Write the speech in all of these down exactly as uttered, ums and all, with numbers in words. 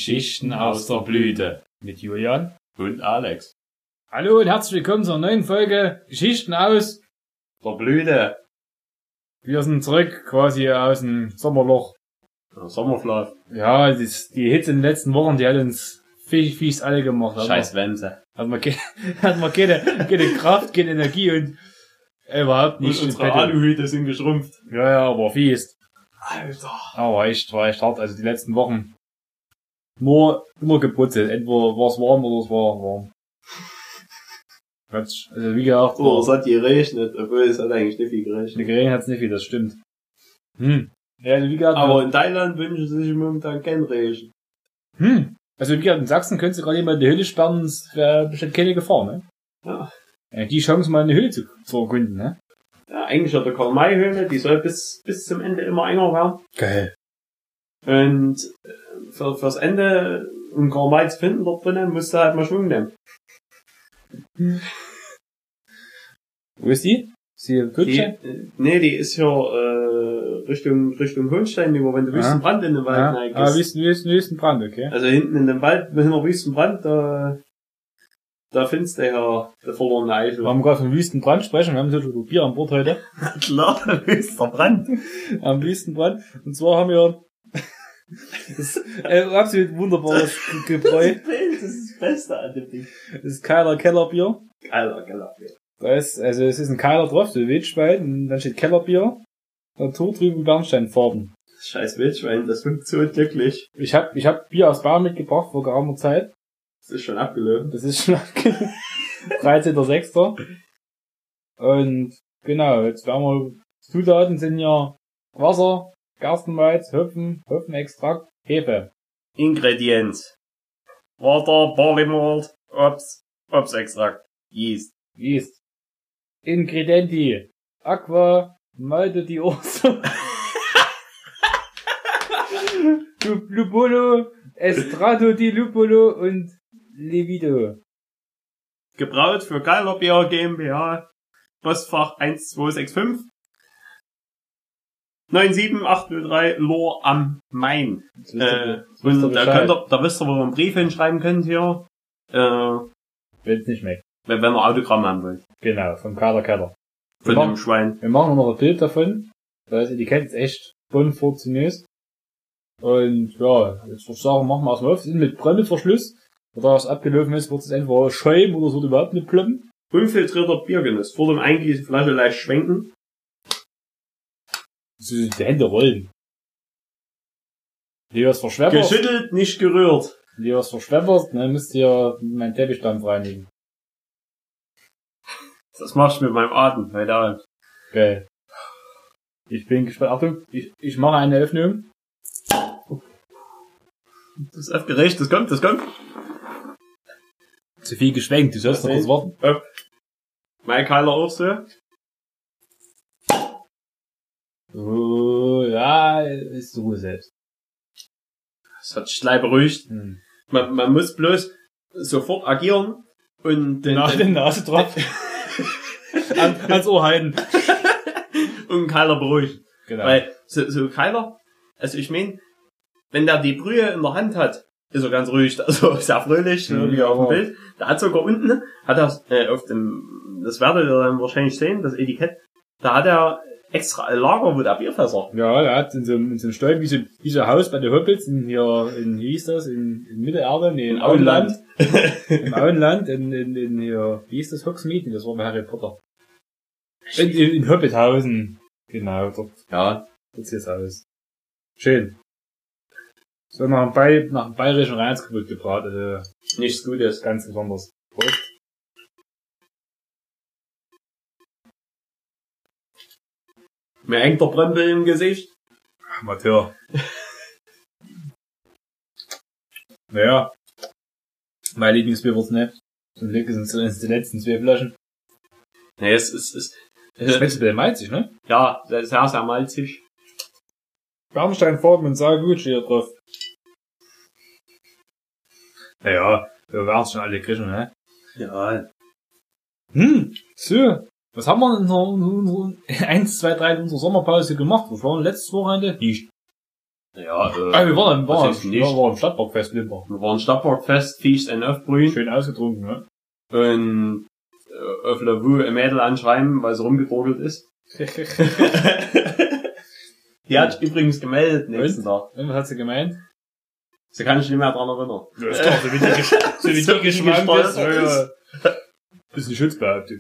Geschichten aus der Blüte mit Julian und Alex. Hallo und herzlich willkommen zur neuen Folge Geschichten aus der Blüte. Wir sind zurück quasi aus dem Sommerloch. Ja, Sommerschlaf. Ja, das, die Hitze in den letzten Wochen, die hat uns fies, fies alle gemacht. Scheiß Wänse. Hat man, keine, hat man keine, keine Kraft, keine Energie und äh, überhaupt nicht. Und unsere Aluhüte sind geschrumpft. Ja, ja, aber fies. Alter. Aber echt, war echt hart. Also die letzten Wochen nur immer geputzelt. Entweder war es warm oder es war warm. Also wie gesagt. Oh, es hat geregnet, obwohl es hat eigentlich nicht viel geregnet. Geregnet hat es nicht viel, das stimmt. Hm. Ja, also wie gesagt. Aber in Thailand wünschen sie sich momentan kein Regen. Hm. Also wie gesagt, in Sachsen könntest du gerade jemand in die Höhle sperren, es wäre bestimmt keine Gefahr, ne? Ja. Ja, die Chance mal eine Höhle zu, zu erkunden, ne? Ja, eigentlich hat der Karl-May-Höhle, die soll bis, bis zum Ende immer enger werden. Geil. Und für, fürs Ende, um Karl-May zu finden dort drinnen, musst du halt mal Schwung nehmen. Hm. Wo ist die? Ist die Kutsche? Die, nee, die ist hier äh, Richtung Richtung Hohenstein, wie wenn du ja. Wüstenbrand in den Wald ja. neigst. Ah, Wüsten, Wüsten, Wüstenbrand, okay. Also hinten in dem Wald, hinter Wüstenbrand, da, da findest du ja der verlorene Eifel. Wir haben gerade von Wüstenbrand sprechen, wir haben so viel Bier an Bord heute. Klar, Wüstenbrand. Am Wüstenbrand. Und zwar haben wir das äh, absolut wunderbares Gebräu. Das ist das Beste an dem Ding. Das ist Keiler Kellerbier. Keiler Kellerbier. Da ist, also es ist ein Keiler drauf, so Wildschwein, und dann steht Kellerbier. Natur drüben Bernsteinfarben. Scheiß Wildschwein, das klingt so glücklich. Ich hab, ich hab Bier aus Bayern mitgebracht vor geraumer Zeit. Das ist schon abgelöst. Das ist schon abgelöst. dreizehnter sechster Und genau, jetzt werden wir, Zutaten sind ja Wasser, Gerstenmalz, Hopfen, Hopfenextrakt, Hefe. Ingredienz. Water, Barley Malt, Obst, Obstextrakt, Yeast. Yeast. Ingredienti. Aqua, Malte di Orso. Lupolo, Estrato di Lupolo und Levido. Gebraut für Keiler Bier GmbH, Postfach eins zwei sechs fünf neun sieben acht null drei Lohr am Main. Äh, und da könnt ihr, da wisst ihr, wo ihr einen Brief hinschreiben könnt hier. Äh, wenn es nicht schmeckt. Wenn, wenn ihr Autogramm haben wollt. Genau, vom Kader Keller. Von dem machen, Schwein. Wir machen noch ein Bild davon. Das Etikett ist echt bonfortunös. Und ja, jetzt würde ich sagen, machen wir erstmal auf. Mit Bremmelverschluss. Oder was abgelaufen ist, wird es entweder schäumen oder es wird überhaupt nicht ploppen. Unfiltrierter Biergenuss. Vor dem Eingießen Flasche leicht schwenken. So die Hände rollen. Die was verschwemmt. Geschüttelt, nicht gerührt. Die was verschwemmt, dann müsst ihr meinen Teppichdampf reinigen. Das machst du mit meinem Atem, weil da. Geil. Ich bin gespannt. Achtung, ich, ich mache eine Öffnung. Das ist aufgeregt, das kommt, das kommt. Zu viel geschwenkt, du sollst noch kurz warten. Upp. Mein Keiler auch so. Oh, ja, ist Ruhe selbst. Das hat sich gleich beruhigt. Hm. Man, man muss bloß sofort agieren und den, Nach der Nase drauf. An, ans Ohr halten. Und Keiler beruhigen. Genau. Weil, so, so Keiler, also ich mein, wenn der die Brühe in der Hand hat, ist er ganz ruhig, also sehr fröhlich, mhm, wie auf dem Bild. Der hat sogar unten, hat er, äh, auf dem, das werdet ihr dann wahrscheinlich sehen, das Etikett, da hat er extra ein Lager, wo der Bierfässer. Ja, er hat in so, in so einem Stollen, wie so, wie so ein Haus bei den Hoppels, in hier, in, wie hieß das, in, in Mittelerde, nee, in Auenland. Im Auenland, in, in, in, hier, wie hieß das, Hogsmeade, das war bei Harry Potter. In, in, in Hobbithausen. Genau, dort. Ja. Dort sieht's aus. Schön. So, nach dem, Bay, nach dem bayerischen Reinheitsgebot gebraten, also. Nichts Gutes. Ganz besonders. Prost. Mir hängt der Brempel im Gesicht. Amateur. Naja. Mein Lieblingsbier wird's nicht. Zum Glück sind es die letzten zwei Flaschen. Nee, es ist, es, Schmeckt ein bisschen malzig, ne? Ja, sehr, sehr malzig. Bernsteinfarben und Saugut steht da drauf. Naja, wir werden schon alle kriegen, ne? Ja. Hm, so. Was haben wir in unserer eins, zwei, drei in unserer Sommerpause gemacht? Was war denn letztes Wochenende? Nicht. Ja, äh, ah, wir waren, was waren, heißt wir waren im Stadtparkfest Limper. wir waren Stadtparkfest, Fisch and aufbrühen. Schön ausgetrunken, ne? Und äh, auf der Wu ein Mädel anschreiben, weil sie rumgedruckelt ist. Die hat sich übrigens gemeldet nächsten Tag. Und was hat sie gemeint? Sie kann sich nicht mehr dran erinnern. Ja, ist doch, so wie die, gesch- so wie So die wie geschwankt ist. gestolpert Ja, ist. ja. Bisschen Schutzbehauptung.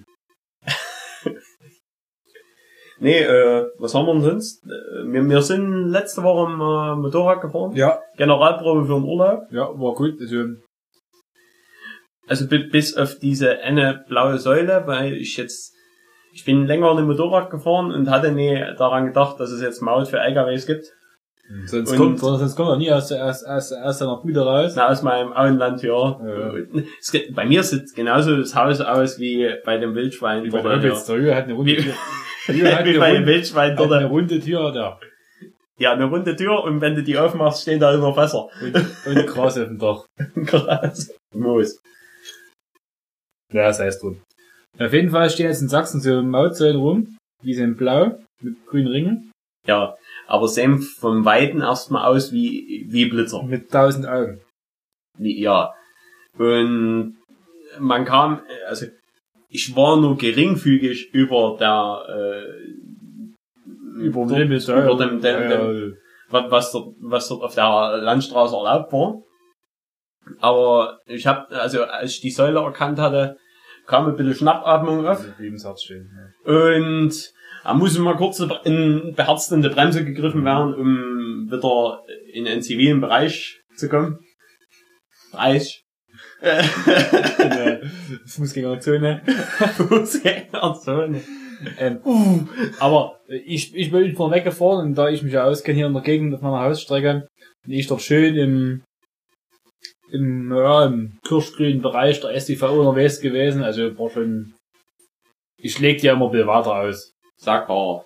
Nee, äh, was haben wir denn sonst? Äh, Wir, wir sind letzte Woche im äh, Motorrad gefahren. Ja. Generalprobe für den Urlaub. Ja, war gut. Also, Also bi- bis auf diese eine blaue Säule, weil ich jetzt, ich bin länger in dem Motorrad gefahren und hatte nie daran gedacht, dass es jetzt Maut für L K Ws gibt. sonst Und- kommt, sonst kommt er nie aus, aus, aus, aus seiner Bude raus. Na, aus meinem Auenland hier. Ja. Es geht- Bei mir sieht genauso das Haus aus wie bei dem Wildschwein. Wie bei dort, der ja. Höppitz. Der Höhe hat eine runde Wie- Tür. Der Höhe hat Wie eine bei dem runde, Wildschwein hat dort. eine runde Tür da. Ja, eine runde Tür und wenn du die aufmachst, stehen da immer Fässer. Und, und Gras auf dem Dach. Krass. Moos. Ja, sei es drum. Auf jeden Fall stehen jetzt in Sachsen so Mautsäulen rum. Die sind blau, mit grünen Ringen. Ja, aber sehen vom Weiten erstmal aus wie, wie Blitzer. Mit tausend Augen. Wie, ja. Und man kam, also ich war nur geringfügig über der, äh, Über dort- dem, über dem, dem, ja, dem ja. was, was dort, was dort auf der Landstraße erlaubt war. Aber ich habe, also als ich die Säule erkannt hatte, kam ein bisschen Schnappatmung auf. Also, Lebensherz stehen. Und da muss mal kurz in beherzt in die Bremse gegriffen werden, um wieder in den zivilen Bereich zu kommen. Bereich. Ja. Fußgängerzone. Fußgängerzone. Ähm, aber ich, ich bin von weggefahren und da ich mich ja auskenne hier in der Gegend auf meiner Hausstrecke, bin ich dort schön im, im, ja, im kirschgrünen Bereich der S T V unterwegs gewesen. Also war schon, ich leg die ja immer ein bisschen weiter aus. Sackbar.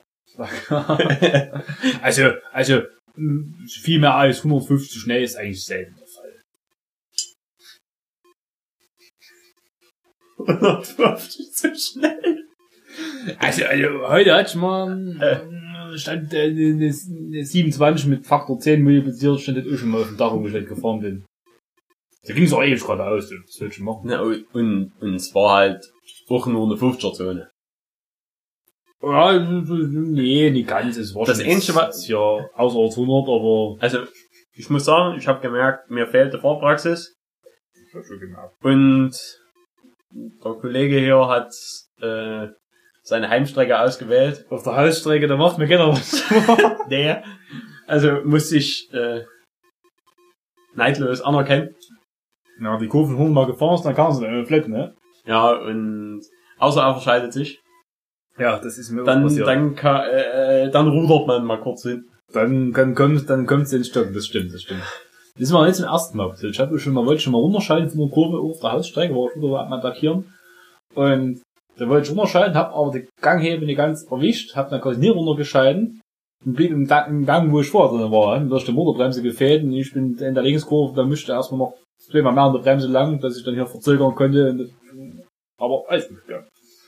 also, also, m, viel mehr als hundertfünfzig schnell ist eigentlich selten der Fall. hundertfünfzig zu schnell. Also, also heute hatte ich mal, äh, stand äh, eine, eine siebenundzwanzig mit Faktor zehn multipliziert, stand das auch schon mal auf dem Dach, wo ich halt gefahren bin. Da ging es auch ewig geradeaus, das wollte ich machen. Na, und, und, und es war halt auch nur eine fünfziger-Zone. Ja, nee, nicht ganz, es war Das schon Einzige, was- jetzt, ja, außerorts hundert, aber Also, ich muss sagen, ich habe gemerkt, mir fehlt die Fahrpraxis. ich hab schon gemerkt. Und der Kollege hier hat äh, seine Heimstrecke ausgewählt. Auf der Hausstrecke, da macht mir keiner was. Der. Also musste ich äh, neidlos anerkennen. Ja, die Kurven hundertmal gefahren ist, dann kann sie dann flat, ne? Ja, und außer er verscheidet sich. Ja, das ist mir auch Dann, passiert. dann, ka- äh, dann rudert man mal kurz hin. Dann, dann kommt, dann kommt's ins Stocken, das stimmt, das stimmt. Das ist mal nicht zum ersten Mal passiert. Ich habe schon mal, wollte schon mal runterschalten von der Kurve auf der Hausstrecke, war ich wieder am Attackieren. Und da wollte ich runterschalten, hab aber die Ganghebel nicht ganz erwischt, hab dann quasi nie runtergeschalten und blieb im, Da- im Gang, wo ich vor drin war. Dann ist die Motorbremse gefehlt und ich bin in der Linkskurve, da müsste erstmal noch zweimal mehr an der Bremse lang, dass ich dann hier verzögern konnte. Und das, aber alles gut, ja.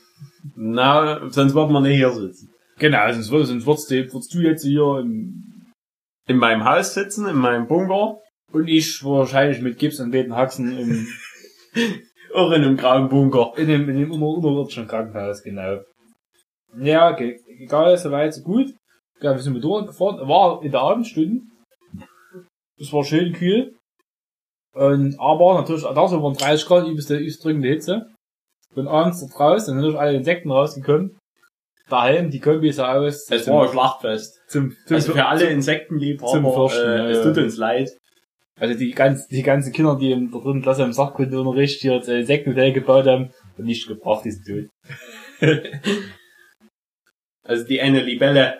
Na, sonst wird man nicht hier sitzen. Genau, sonst würdest, sonst würdest du, würdest du jetzt hier im, In meinem Haus sitzen, in meinem Bunker. und ich wahrscheinlich mit Gips und beiden Haxen im, Auch in einem grauen Bunker. in dem, in dem unter, unterirdischen Krankenhaus, genau. Ja, okay, egal, soweit, so gut. Ja, wir sind mit Motorrad gefahren, war in der Abendstunde. Es war schön kühl. Und, aber natürlich, da so waren dreißig Grad, übelste, übelst drückende Hitze. Und abends da draußen, dann sind natürlich alle Insekten rausgekommen. Daheim, die Kombi sah aus. Es war ein Schlachtfest. zum, zum, Also für alle zum, Insektenliebhaber, zum Fürchten, äh, ja, es ja. tut uns leid. Also die ganzen, die ganzen Kinder, die in der dritten Klasse im Sachkundeunterricht hier das Insektenmodell gebaut haben, haben nicht gebracht, die sind tot. Also die eine Libelle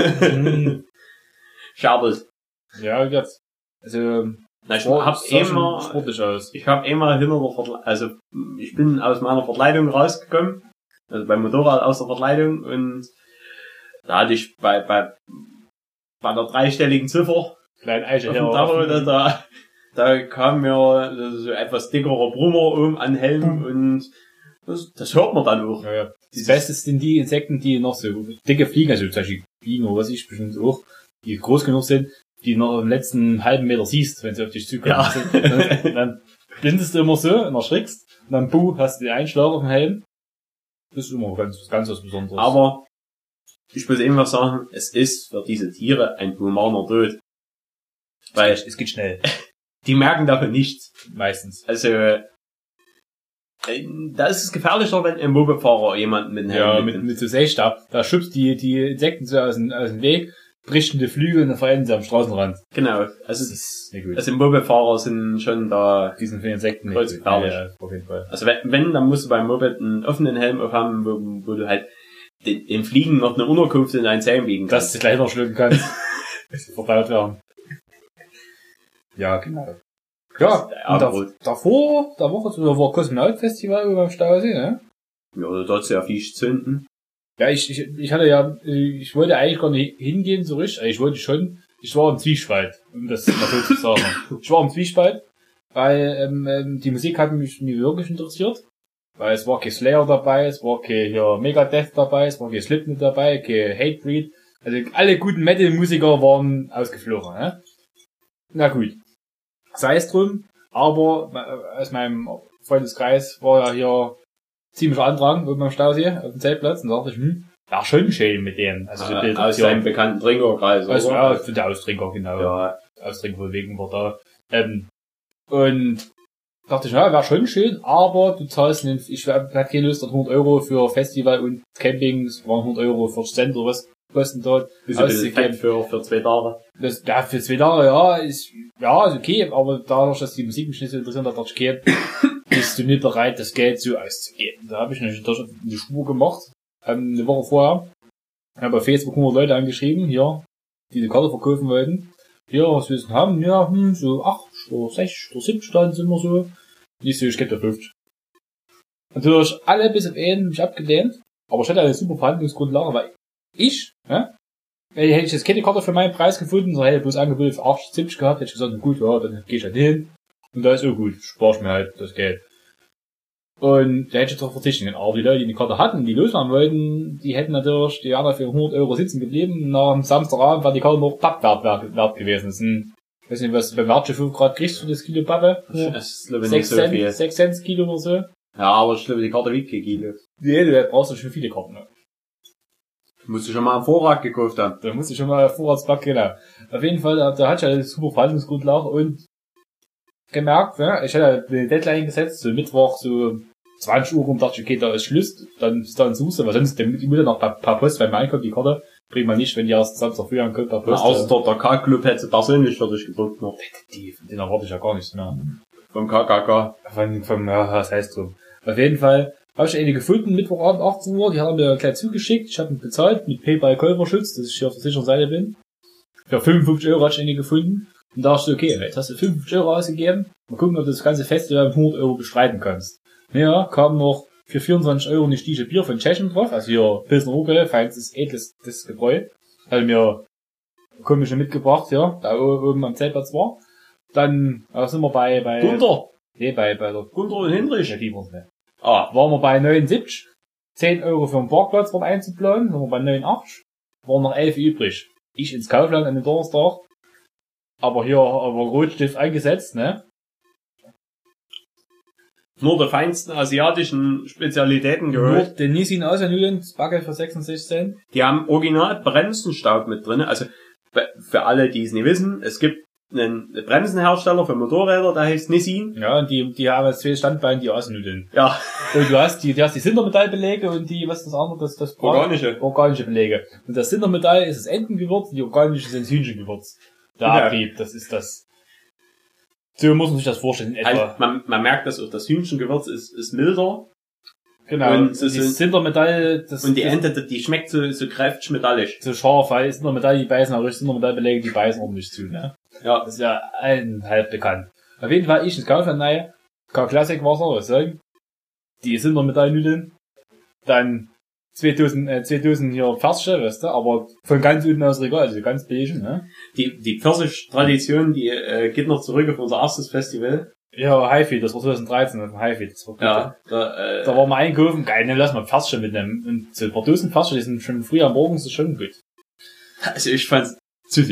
scherbelt. Ja, jetzt. Also, Na, ich Sport- hab sah schon immer, sportlich aus. ich hab immer hinter der Verkle also ich bin aus meiner Verkleidung rausgekommen, also beim Motorrad aus der Verkleidung und da hatte ich bei, bei, bei der dreistelligen Ziffer Klein Eiche auf dem Dach, da, da, da kam mir so etwas dickerer Brummer um an Helm und das, das hört man dann auch. Ja, ja. Das Beste sind die Insekten, die noch so dicke fliegen, also zum Beispiel Fliegen oder was ich bestimmt auch, die groß genug sind, die noch im letzten halben Meter siehst, wenn sie auf dich zukommen. Ja. Dann, dann blindest du immer so und erschrickst und dann puh, hast du den Einschlag auf dem Helm. Das ist immer ganz, ganz was Besonderes. Aber ich muss eben was sagen, es ist für diese Tiere ein humaner Tod. Weil es geht schnell. Die merken davon nichts. Meistens. Also, äh, da ist es gefährlicher, wenn ein Mopedfahrer jemanden mit dem Helm Ja, mit, mit so Seestab. Da schubst die, die Insekten so aus dem, aus dem Weg, bricht die Flügel und dann verenden sie am Straßenrand. Genau. Also, das ist nicht gut. Also Mopedfahrer sind schon da. Die sind für Insekten nicht gut. gefährlich. Ja, auf jeden Fall. Also wenn, wenn, dann musst du beim Moped einen offenen Helm aufhaben, wo, wo du halt den, den Fliegen noch eine Unterkunft in ein Zellen biegen kannst. Dass du gleich noch schlucken kannst. Dass sie verdaut werden. Ja, genau. Ja, und da, davor, da Woche da war Kosmonaut-Festival beim Stausee, ne? Ja, da hat's ja viel zünden. Ja, ich, ich, ich hatte ja, ich wollte eigentlich gar nicht hingehen so richtig, ich wollte schon, ich war im Zwiespalt, um das mal so zu sagen. Ich war im Zwiespalt, weil ähm, die Musik hat mich nie wirklich interessiert, weil es war kein Slayer dabei, es war kein ja, Megadeth dabei, es war kein Slipknot dabei, kein Hatebreed, also alle guten Metal-Musiker waren ausgeflogen, ne? Na gut. Sei es drum, aber aus meinem Freundeskreis war ja hier ziemlich Andrang oben am Stausee auf dem Zeltplatz und da dachte ich, hm, war schon schön mit denen. Also ah, so aus seinem bekannten Trinkerkreis, also, ja, für der Austrinker, genau. Ja. Austrinker von wegen war da. Ähm, und dachte ich, ja, wäre schon schön, aber du zahlst nicht, ich hatte keine Lust, hundert Euro für Festival und Camping, es waren hundert Euro für Cent oder was kosten dort. Ist ein bisschen fett für, für zwei Tage. Das, ja, für zwei Tage, ja, ist, ja, ist okay, aber dadurch, dass die Musik mich nicht so interessiert hat, dachte ich, okay, bist du nicht bereit, das Geld so auszugeben. Da habe ich natürlich eine Spur gemacht, ähm, eine Woche vorher. Ich habe bei Facebook hundert Leute angeschrieben, hier, die die Karte verkaufen wollten. Hier, was willst du haben? Ja, hm, so acht oder sechs oder sieben Stunden sind wir so. Nicht so, ich gebe dir fünfzig. Natürlich alle bis auf einen mich abgelehnt, aber ich hatte eine super Verhandlungsgrundlage, weil ich, ne? Hätte ich jetzt keine Karte für meinen Preis gefunden, so hätte ich bloß Angebot für achtzig, siebzig gehabt, hätte ich gesagt, gut, ja, dann geh ich halt hin. Und da ist so gut, spar ich mir halt das Geld. Und da hätte ich doch verzichten können. Aber die Leute, die die Karte hatten, die losfahren wollten, die hätten natürlich die anderen für hundert Euro sitzen geblieben. Nach dem Samstagabend war die Karte noch Pappwert wert, wert gewesen. Das sind, ich weiß nicht, was du beim Wertschiff gerade kriegst für das Kilo Pappe. Das ist, glaube ich, nicht so viel. sechs Cent Kilo oder so. Ja, aber ich glaube, die Karte wiegt kein Kilo. Nee, du brauchst ja schon viele Karten. Ne? Musst du schon mal einen Vorrat gekauft haben. Da musst du schon mal Vorratspack, genau. Auf jeden Fall, da, da hatte ich eine super Verhandlungsgrundlage und gemerkt, ne, ich hatte eine Deadline gesetzt, so Mittwoch, so zwanzig Uhr rum, dachte ich, okay, da ist Schluss, dann ist da ein Suche, weil sonst, die muss ja noch per, per Post, wenn man einkommt, die Karte, bringt man nicht, wenn die erst Samstag früh ankommt, per Post. Na, außer dort der K-Club hätte persönlich für dich gedruckt noch. Die, den erwarte ich ja gar nichts mehr. Vom K K K. Von, vom, ja, was heißt drum. Auf jeden Fall habe ich eine gefunden, Mittwochabend achtzehn Uhr, die hat er mir gleich zugeschickt, ich habe ihn bezahlt, mit PayPal Käuferschutz, dass ich hier auf der sicheren Seite bin. Für fünfundfünfzig Euro hatte ich eine gefunden. Und da dachte ich, okay, jetzt hast du fünfundfünfzig Euro ausgegeben, mal gucken, ob du das ganze Festival mit hundert Euro bestreiten kannst. Ja, kam noch für vierundzwanzig Euro eine Stiche Bier von Tschechen drauf, also hier Pilsner Urquell, feinstes, edles das Gebräu. Hat mir komische mitgebracht, ja, da oben am Zeltplatz war. Dann äh, sind wir bei, bei, Gunter? Nee, bei, bei der Gunter und Hinrich? Ja, die waren's nicht. Ah. Waren wir bei neunundsiebzig, zehn Euro für den Parkplatz waren einzuplanen, sind wir bei neunundachtzig, waren noch elf übrig. Ich ins Kaufland an den Donnerstag, aber hier aber Rotstift eingesetzt, ne? Nur die feinsten asiatischen Spezialitäten Nur gehört. den Nissin Außernudeln, das Backe für sechsundsechzig Cent. Die haben original Bremsenstaub mit drin. Also für alle, die es nicht wissen, es gibt einen Bremsenhersteller für Motorräder, der heißt Nissin. Ja, und die, die haben zwei Standbeine, die Außennudeln. Ja. Und du hast die, du hast die Sintermetallbelege und die, was ist das andere, das, das organische. Organische Belege. Und das Sintermetall ist das Entengewürz, die organische sind das Hühnchengewürz. Der Ja. Abrieb, das ist das. So muss man sich das vorstellen, in etwa. Also man, man merkt, dass auch das Hühnchengewürz ist, ist milder. Genau. Und, Und das das ist- Sintermetall, das, Und die das Ente, die schmeckt so, so kräftig metallisch. so scharf, weil Sintermetall, die beißen, aber Sintermetallbelege, die beißen ordentlich zu, ne? Ja. Das ist ja allen halb bekannt. Auf jeden Fall, ich ins Kaufland rein, K-Classic Wasser, was sagen? Die Sintermetallnudeln, dann zwei Dosen, äh, zwei Dosen hier Pfärsche, weißt du, aber von ganz unten aus Regal, also ganz billig, ne? Die, die Pfirsich-Tradition, die äh, geht noch zurück auf unser erstes Festival. Ja, Highfield, das war zwanzig dreizehn, auf dem Highfield, das war gut. Ja. Da, äh, Da waren wir einkaufen, geil, ne, lass mal Pfärsche mitnehmen. Und so ein paar Dosen Pfärsche, die sind schon früh am Morgen, so schon gut. also ich fand's zu süß.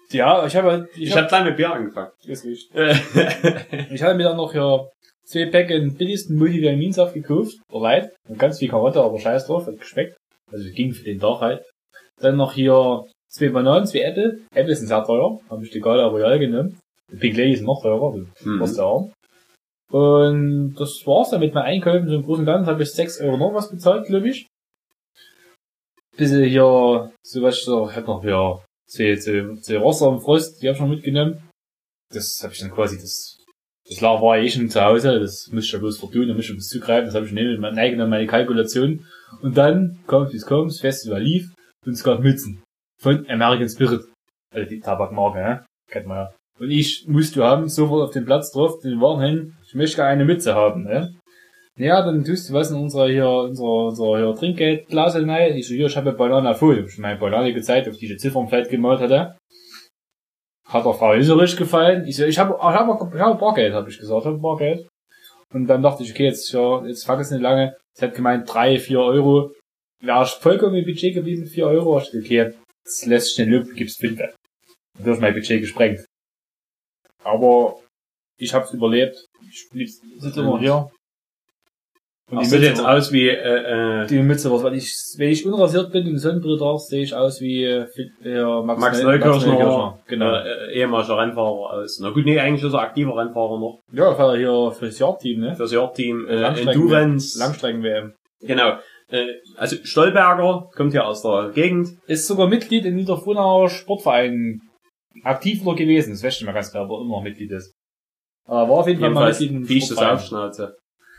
Ja, ich habe... Ich, ich hab gleich mit Bier angefangen. Das riecht. Ich habe mir dann noch hier zwei Päckchen billigsten Multivitaminsaft gekauft. Bereit. Und ganz viel Karotte, aber scheiß drauf, hat geschmeckt. Also ging für den Tag halt. Dann noch hier zwei Bananen, zwei Äpfel. Äpfel sind sehr teuer. Habe ich die Gala Royal genommen. Pink Lady ist noch teurer. Mhm. Was da. Und das war's dann mit meinen Einkäufen. So im Großen und Ganzen habe ich sechs Euro noch was bezahlt, glaube ich. Bisschen hier, so was ich so, ich hab noch hier zwei, zwei, zwei Wasser im Frost, die hab ich noch mitgenommen. Das habe ich dann quasi, das, das lag war ja eh schon zu Hause, das müsste ich ja bloß vertun, da müsste ich was zugreifen, das habe ich neben meine eigene, meine Kalkulation. Und dann kommt, wie es kommt, das Festival lief, und es gab Mützen. Von American Spirit. Also die Tabakmarke, ne? Kennt man ja. Und ich musste haben, sofort auf den Platz drauf, den Waren hin, ich möchte gerne eine Mütze haben, ne? Ja, dann tust du was in unserer hier, unserer, unserer hier Trinkgeldglas hinein. Ich so, hier, ich habe Banane voll. Hab ich meine Banane gezeigt, auf die ich Ziffern vielleicht gemalt hatte. Hat der Frau nicht so richtig gefallen. Ich so, ich habe, ich habe, ich habe Bargeld, habe ich gesagt, ich habe Bargeld. Und dann dachte ich, okay, jetzt, ja, jetzt fuck es nicht lange. Sie hat gemeint, drei, vier Euro. Wäre ich vollkommen im Budget geblieben mit vier Euro. Ich dachte, okay, das lässt sich nicht lösen, gibt's fünf. Dann wird mein Budget gesprengt. Aber ich hab's überlebt. Ich blieb, sitze immer hier. Und die sieht jetzt aus wie, äh, äh, die Mütze, was, weil ich, wenn ich unrasiert bin und Sonnenbrille trage, sehe ich aus wie, äh, äh Max, Max Neukirchner, Neukirchner. Genau. Äh, ehemaliger Rennfahrer aus. Na gut, nee, eigentlich ist er aktiver Rennfahrer noch. Ja, war hier fürs Jahrteam, ne? Fürs Jahrteam, äh, Langstrecken- Endurance. Langstrecken-W M. Genau. Äh, also Stolberger kommt ja aus der Gegend. Ist sogar Mitglied in Niederfrohnauer Sportverein aktiv noch gewesen. Das weiß ich nicht mehr ganz klar, aber immer noch Mitglied ist. Aber war auf jeden Fall mal Mitglied im Fisch das Sportverein. Aufschnauze.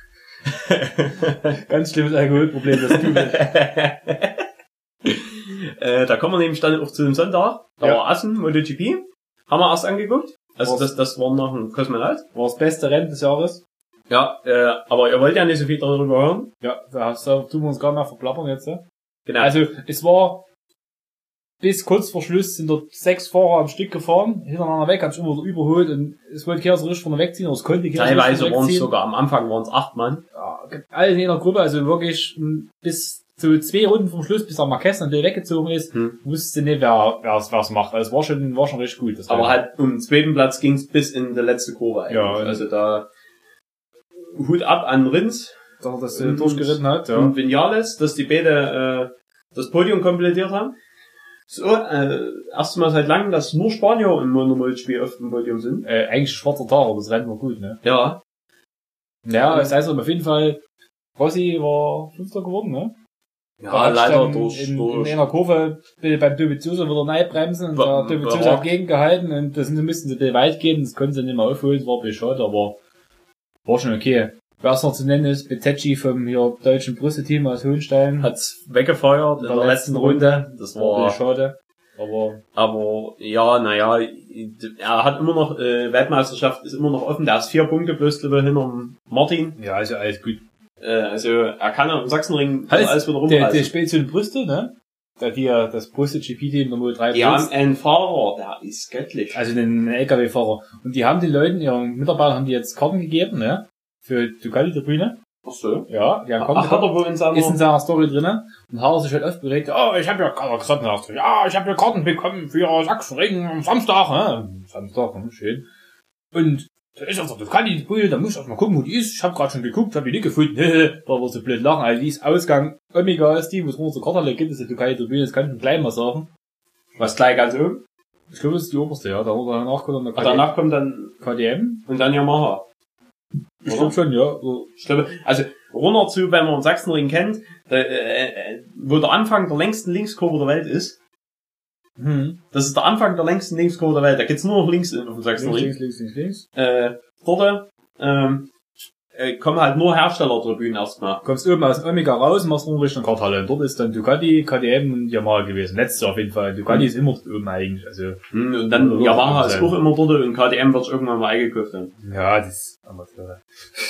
Ganz schlimmes Alkoholproblem, das du äh, Da kommen wir nämlich dann auch zu dem Sonntag. Da Ja. war Assen, MotoGP. Haben wir erst angeguckt. Also Was? das, das war noch ein Kosmonaut. War das beste Rennen des Jahres. Ja, äh, aber ihr wollt ja nicht so viel darüber hören. Ja, da tun wir uns gar nicht mehr verplappern jetzt. Ja? Genau. Also, es war bis kurz vor Schluss sind dort sechs Fahrer am Stück gefahren, hintereinander weg, haben sich immer so überholt und es wollte keiner so richtig vorne wegziehen, aber es konnte keiner so Teilweise richtig waren es wegziehen. sogar, am Anfang waren es acht Mann. Ja, alle in einer Gruppe, also wirklich m, bis zu zwei Runden vom Schluss, bis der Marquez natürlich weggezogen ist, Hm. wusste nicht, wer wer es wer es macht. Also es war schon, war schon richtig gut. Das Aber war, halt um den zweiten Platz ging es bis in die letzte Kurve eigentlich. Ja, also da Hut ab an Rins dass er das äh, und- durchgeritten hat. Ja. und Vinales, dass die beide äh, das Podium komplettiert haben. So, äh, erstmal seit langem, dass nur Spanier im MotoGP auf dem Podium sind. Äh, eigentlich schwarzer Tag, aber das Rennen war gut, ne? Ja. Ja, das heißt aber auf jeden Fall, Rossi war Fünfter geworden, ne? Ja, Da hat leider dann durch, in, durch in einer Kurve beim Dovizioso wieder reinbremsen und Wa- der Dovizioso warum? hat gegengehalten und da sind- mussten sie ein bisschen weit gehen, das konnten sie nicht mehr aufholen, das war ein bisschen schade, aber war schon okay. Wer es noch zu nennen ist, Betecci vom hier deutschen Brüste-Team aus Hohenstein. hat's weggefeuert in der letzten Runde. Das War ein war, bisschen schade. Aber aber ja, naja, er hat immer noch, äh, Weltmeisterschaft ist immer noch offen, der ist vier Punkte bloß drüber hinterm Martin. ja, also alles gut. Äh, also er kann ja im Sachsenring Alles, alles wieder der, der rumreißen. Spedition Brüste, ne? Der, die, ja das Brüste-G P-Team der Nummer drei Die haben einen Fahrer, der ist göttlich. also den L K W-Fahrer. Und die haben den Leuten, ihren Mitarbeitern, haben die jetzt Karten gegeben, ne? Für Ducati-Tribüne. Ach so. Ja, die haben Karten Ach, hat er wohl in seiner... ist in seiner Story drinnen und hat er sich halt aufgeregt, oh, ich habe ja gerade gesagt, nach, ja, ich habe ja Karten bekommen für Sachsenring am Samstag, ne? Samstag, hm, schön. Und da ist also, das kann die Brühe, da muss ich erst mal gucken, wo die ist. Ich habe gerade schon geguckt, habe die nicht gefunden. Da war so blöd lachen, also die ist Ausgang Omega ist die, wo es nur so Karten gibt, ist die Ducati-Tribüne, das kann ich schon gleich mal sagen. Was gleich ganz oben. Ich glaube, das ist die oberste, ja, da wurde danach kommt dann Und danach kommt dann, K D M. und dann Yamaha. Ich glaube schon, ja. So. Ich glaube, also runter zu, wenn man den Sachsenring kennt, da, äh, äh, wo der Anfang der längsten Linkskurve der Welt ist. Hm. Das ist der Anfang der längsten Linkskurve der Welt. Da geht's nur noch links auf dem Links, Sachsenring. links, links, links, links. Äh, dort ähm, äh, kommen halt nur Herstellertribünen erstmal. Kommst oben aus dem Omega raus und machst nur Richtung Karthalle. Und dort ist dann Ducati, K D M und Yamaha gewesen. Letztes Jahr auf jeden Fall. Ducati Mhm. ist immer oben eigentlich. Also, Hm, und dann Ja, Yamaha sein. ist auch immer dort und K D M wird irgendwann mal eingekauft dann. ja, das ist Amateure.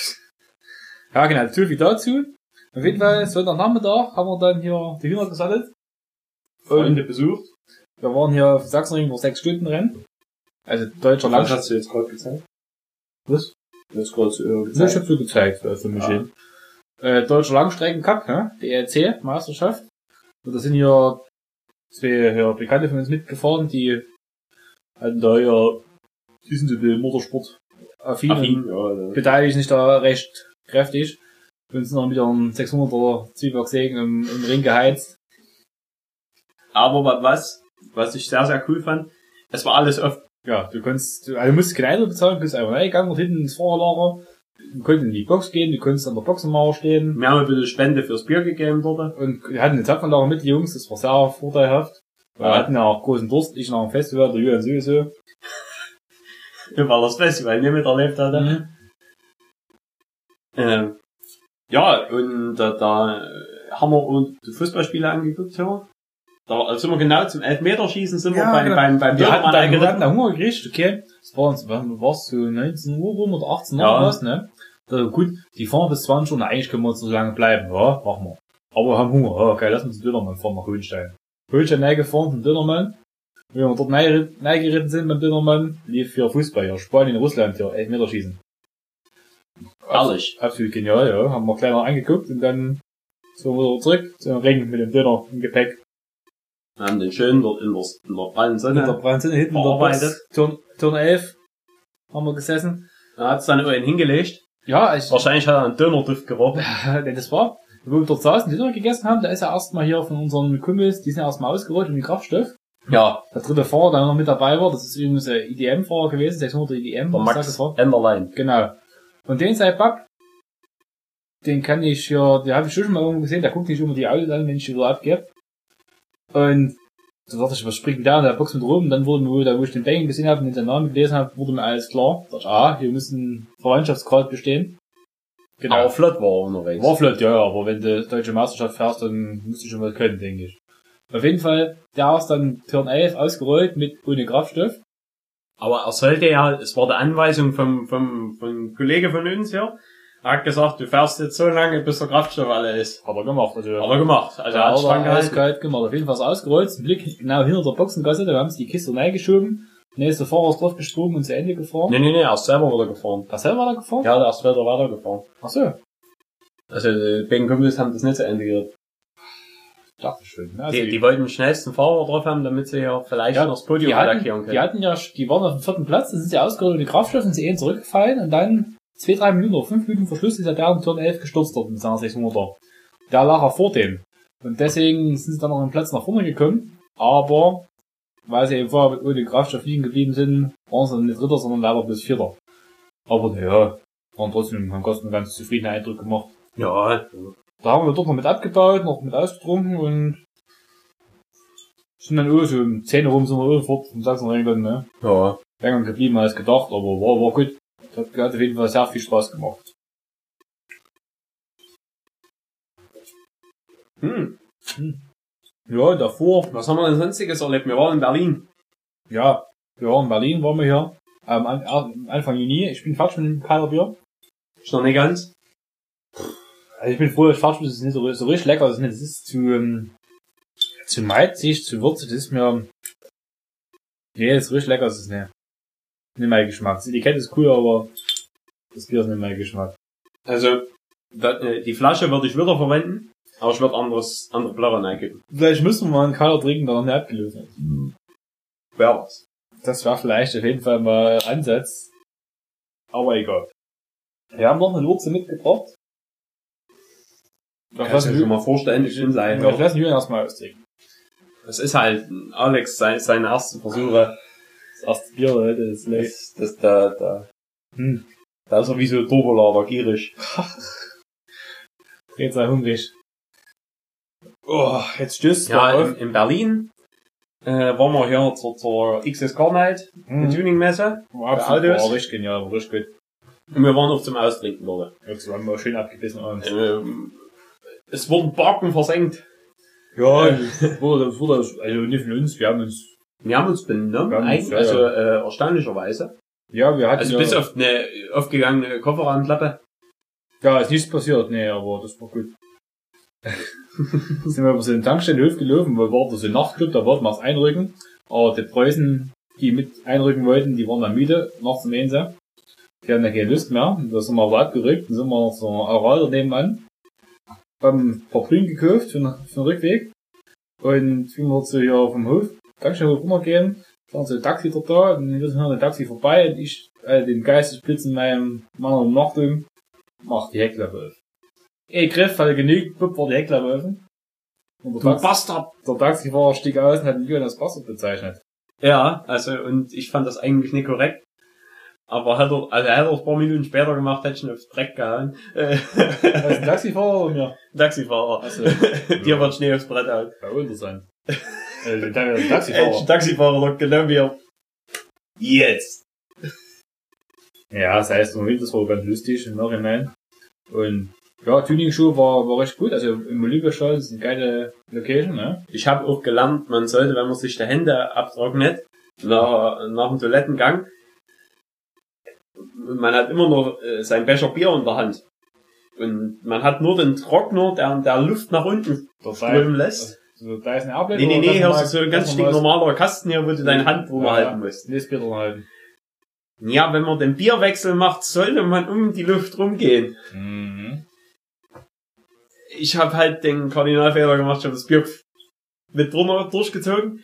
Ja, genau. So viel dazu. Auf jeden Fall, Sonntagnachmittag haben wir dann hier die Hühner gesattelt. Freunde besucht. Wir waren hier auf Sachsenring nur sechs Stunden Rennen. Also deutscher Was Langstrecken. hast du jetzt gerade gezeigt? Was? Du hast gerade zu Öl Ich gezeigt. hab so gezeigt, für mich Ah. hin. Äh, deutscher Langstrecken-Cup, ne? D L C-Meisterschaft. Und da sind hier zwei hier Bekannte von uns mitgefahren, die hatten da ja, die sind so den Motorsport affin, Affin, ja, beteiligt sich da recht kräftig. Und sind noch mit einem sechshunderter Zwiebacksägen im, im Ring geheizt. Aber was, was ich sehr, sehr cool fand, es war alles offen. Ja, du konntest, also du musst keine Eintritt bezahlen, du bist einfach reingegangen und hinten ins Fahrerlager. Du konntest in die Box gehen, du konntest an der Boxenmauer stehen. Wir haben ein bisschen Spende fürs Bier gegeben dort. Und wir hatten eine Zapfanlage mit, die Jungs, das war sehr vorteilhaft. Wir Ja. hatten ja auch großen Durst, ich nach dem Festival, der Julian sowieso. Weil das Festival nicht miterlebt hatte. Mhm. Ähm, ja, und da, da haben wir uns die Fußballspiele angeguckt, ja. Da sind wir genau zum Elfmeterschießen sind Ja, wir beim, genau. beim, beim Wir hatten, Dönermann dann, wir hatten eingeritten. da Hunger gekriegt, okay. Das war uns, wann war's so neunzehn Uhr rum oder achtzehn Uhr Ja. was, ne? Da, gut, die fahren bis zwanzig Uhr, na, eigentlich können wir uns so lange bleiben, ja, machen wir. Aber wir haben Hunger, ja, okay, lass uns den Dönermann fahren nach Hohenstein. Hohenstein reingefahren zum Dönermann. Wenn wir dort reingeritten sind beim Dönermann, lief für Fußball, ja, Spanien, Russland, ja, Elfmeterschießen. Herrlich. Absolut genial, ja. Haben wir gleich noch angeguckt und dann sind wir wieder zurück zum Ring mit dem Döner im Gepäck. Wir haben den schön dort in der, in der prallen Mit der Sonne. Brandzone hinten in der Verarbeitet. Box. Turn, Turn elf haben wir gesessen. Da hat's dann irgendwann hingelegt. Ja, ich, Wahrscheinlich hat er einen Dönerduft gerochen. denn das war, wo wir dort saßen, die Döner gegessen haben, da ist ja erstmal hier von unseren Kumpels, die sind ja erstmal ausgerollt um den Kraftstoff. Ja, Der dritte Fahrer, der noch mit dabei war, das ist übrigens ein I D M-Fahrer gewesen, sechshundert I D M, der was Max das war. Enderlein. Genau. Und den sei Back, den kann ich ja, den habe ich schon mal irgendwo gesehen, der guckt nicht immer die Autos an, wenn ich die wieder abgebe. Und da dachte ich, was springt da in der Box mit rum? Und dann wurde mir, da wo ich den Bang gesehen habe und den seinen Namen gelesen habe, wurde mir alles klar. Da dachte ich, ah, hier müssen Verwandtschaftsgrad bestehen. Genau. Aber flott war er unterwegs. War flott, ja, ja, aber wenn du deutsche Meisterschaft fährst, dann musst du schon was können, denke ich. Auf jeden Fall, der ist dann Turn elf ausgerollt mit ohne Kraftstoff. Aber er sollte ja, es war die Anweisung vom, vom, vom Kollege von uns hier. Er hat gesagt, du fährst jetzt so lange, bis der Kraftstoff alle ist. Hat er gemacht, also. Hat er gemacht. Also er Ja, hat hat Strang er gehalten. eiskalt gemacht. Auf jeden Fall ist er ausgerollt, zum Glück genau hinter der Boxengasse, da haben sie die Kiste reingeschoben. Nächster Fahrer ist drauf gesprungen und zu Ende gefahren. Nee, nee, nee, er ist selber wieder gefahren. Was selber war da gefahren? Ja, der ist wieder weitergefahren. Ach so. Also, die beiden Kumpels haben das nicht zu Ende geritten. Dachte ich schon. Also, Die, die wollten den schnellsten Fahrer drauf haben, damit sie ja vielleicht Ja, noch das Podium die hatten, attackieren können. die hatten ja, die waren auf dem vierten Platz, dann sind sie ausgerollt und die Kraftstoff sind sie eben zurückgefallen und dann zwei, drei Minuten oder fünf Minuten Verschluss ist ja der um Turn elf gestürzt dort mit seiner sechshunderter. Der lag er vor dem. Und deswegen sind sie dann noch einen Platz nach vorne gekommen, aber, weil sie eben vorher ohne Kraftstoff liegen geblieben sind, waren sie dann nicht Dritter, sondern leider bloß Vierter. Aber naja, waren trotzdem, haben trotzdem einen ganz zufriedenen Eindruck gemacht. Ja, Da haben wir dort noch mit abgebaut, noch mit ausgetrunken und sind dann auch so um zehn rum sind wir auch fort vom Sachsenring, ne? ja. Länger geblieben als gedacht, aber war, war gut. Hat, hat auf jeden Fall sehr viel Spaß gemacht. Hm. Ja, davor, Was haben wir denn sonstiges erlebt? Wir waren in Berlin. ja, wir waren in Berlin, waren wir hier, ähm, an, an, Anfang Juni. Ich bin fertig mit dem Kalterbier. Ist noch nicht ganz. Also ich bin froh, dass ich fertig bin, das ist nicht so, so richtig lecker, das ist nicht, das ist zu, ähm, zu malzig, zu würzig, das ist mir, nee, das ist richtig lecker, das ist nicht, nicht mein Geschmack. Das Etikett ist cool, aber das Bier ist nicht mein Geschmack. Also, da, äh, die Flasche würde ich wieder verwenden, aber ich würde anderes, andere Blöcke reingeben. Vielleicht müssen wir mal einen Kader trinken, der noch nicht abgelöst ist. Wer was? Das war vielleicht auf jeden Fall mal Ansatz. Aber egal. Wir haben noch eine Lurze mitgebracht. Das Kannst du lassen dir schon mal vorstellen, ich bin wir, sein. das lassen wir erstmal austrinken. Das ist halt Alex sein, seine ersten Versuche. Das erste Bier, Leute, das ist lecker. Das, das, da, da, Hm. da ist er wie so Turbolader, gierig. Jetzt sei hungrig. Oh, jetzt stößt Ja, auf. in, in Berlin, äh, waren wir hier zur, zur X S Car Night, Mhm. der Tuning-Messe. War für absolut, Autos. war richtig genial, war richtig gut. Und wir waren auch zum Austrinken dort. Jetzt haben wir schön abgebissen abends. Ähm, es wurden Backen versenkt. Ja, das wurde, das wurde, also nicht von uns, wir haben uns, Wir haben uns benommen, Wir haben uns, eigentlich, ja, also ja. äh, erstaunlicherweise. ja, wir hatten Also ja, bis auf eine aufgegangene Kofferraumklappe. ja, ist nichts passiert, nee, aber das war gut. Sind wir über so den Tankstellenhof gelaufen, wo war da so ein Nachtclub, da wollten wir es einrücken. Aber die Preußen, die mit einrücken wollten, die waren dann müde, nachts um eins. Die hatten ja keine Lust mehr. Und da sind wir aber abgerückt, dann sind wir noch so ein Aral nebenan. Haben ein paar Brühen gekauft für, den- für den Rückweg. Und fingen wir so hier vom Hof, Tankstellenhof runtergehen. waren so Taxi dort da, und dann ist noch ein Taxi vorbei, und ich, äh, den Geistesblitz in meinem, meiner Umnachtung, mach die Heckklappe auf. Ey, Griff, hatte genügt, bupp, war die Heckklappe offen. Und der, Du Taxi, Bastard! der Taxifahrer stieg aus und hat mich als Bastard bezeichnet. Ja, also, und ich fand das eigentlich nicht korrekt. Aber hat er, also er hat er ein paar Minuten später gemacht, hätte ich ihn aufs Dreck gehauen. Äh, Was ist ein Taxifahrer oder mir? Taxifahrer. Achso. Dir wird Schnee aufs Brett hauen. Bei interessant. Also, dann wieder ein Hätte ich Taxifahrer. einen Taxifahrer noch genommen wie jetzt. Ja, das heißt, im Moment, das war ganz lustig im Nachhinein. Und, ja, Tuning-Show war, war recht gut. Also, im Olympiastadion ist eine geile Location, ne? Ich habe auch gelernt, man sollte, wenn man sich die Hände abtrocknet, nach, nach dem Toilettengang, man hat immer noch äh, sein Becher Bier in der Hand. Und man hat nur den Trockner, der, der Luft nach unten strömen lässt. Also, da ist eine Ablage. Nee, nee, nee, hörst du so ein ganz stinknormaler Kasten hier, wo du deine Hand drüber ja, halten musst. Nee, das Bier dran halten. Ja, wenn man den Bierwechsel macht, sollte man um die Luft rumgehen. Mhm. Ich habe halt den Kardinalfehler gemacht, ich habe das Bier mit drunter durchgezogen.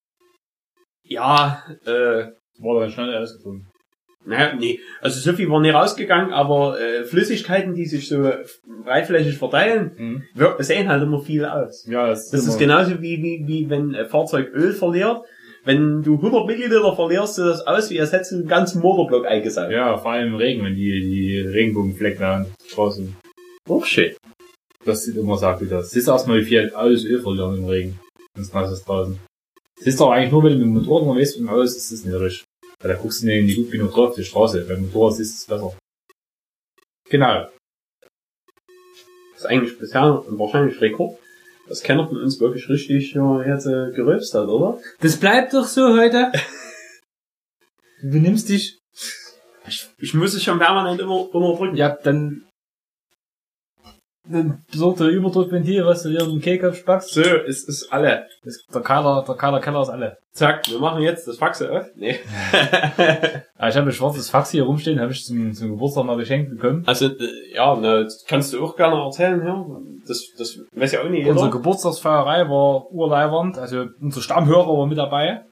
Ja, äh, War dann schnell ausgezogen. naja, nee, also so viel war nicht rausgegangen, aber äh, Flüssigkeiten, die sich so breitflächig verteilen, Mhm. wir- sehen halt immer viel aus. Ja, das, Das ist immer- genauso wie, wie, wie wenn ein Fahrzeug Öl verliert. Wenn du hundert Milliliter verlierst, sieht das aus, wie als hättest du einen ganzen Motorblock eingesaugt. Ja, vor allem im Regen, wenn die, die Regenbogenflecken an der Straße. Auch schön. Das sieht immer so gut aus. Siehst du erstmal, wie viel alles Öl verlieren im Regen. Wenn es nass ist draußen. Siehst du aber eigentlich nur, wenn du mit dem Motorrad unterwegs bist, aus ist das nicht richtig. Weil da guckst du nicht gut genug drauf, die Straße. Beim Motorrad siehst du es besser. Genau. Das ist eigentlich bisher wahrscheinlich Rekord, dass keiner von uns wirklich richtig ja, jetzt äh, gerülpst hat, oder? Das bleibt doch so heute. Du benimmst dich. Ich, ich muss es schon permanent immer unterdrücken. Ja, dann, dann besorgt der Überdruckventil, was du dir in den Kehlkopf spackst. So, es ist alle. Das, der Kader, der Kader Keller ist alle. Zack, wir machen jetzt das Faxe auf. Nee. Ja, ich habe ein schwarzes Fax hier rumstehen, habe ich zum, zum Geburtstag mal geschenkt bekommen. Also, äh, ja, ne, das kannst du auch gerne erzählen, ja. Das, das weiß ja auch nicht Unsere jeder. Geburtstagsfeierei war urleibernd, also unser Stammhörer war mit dabei.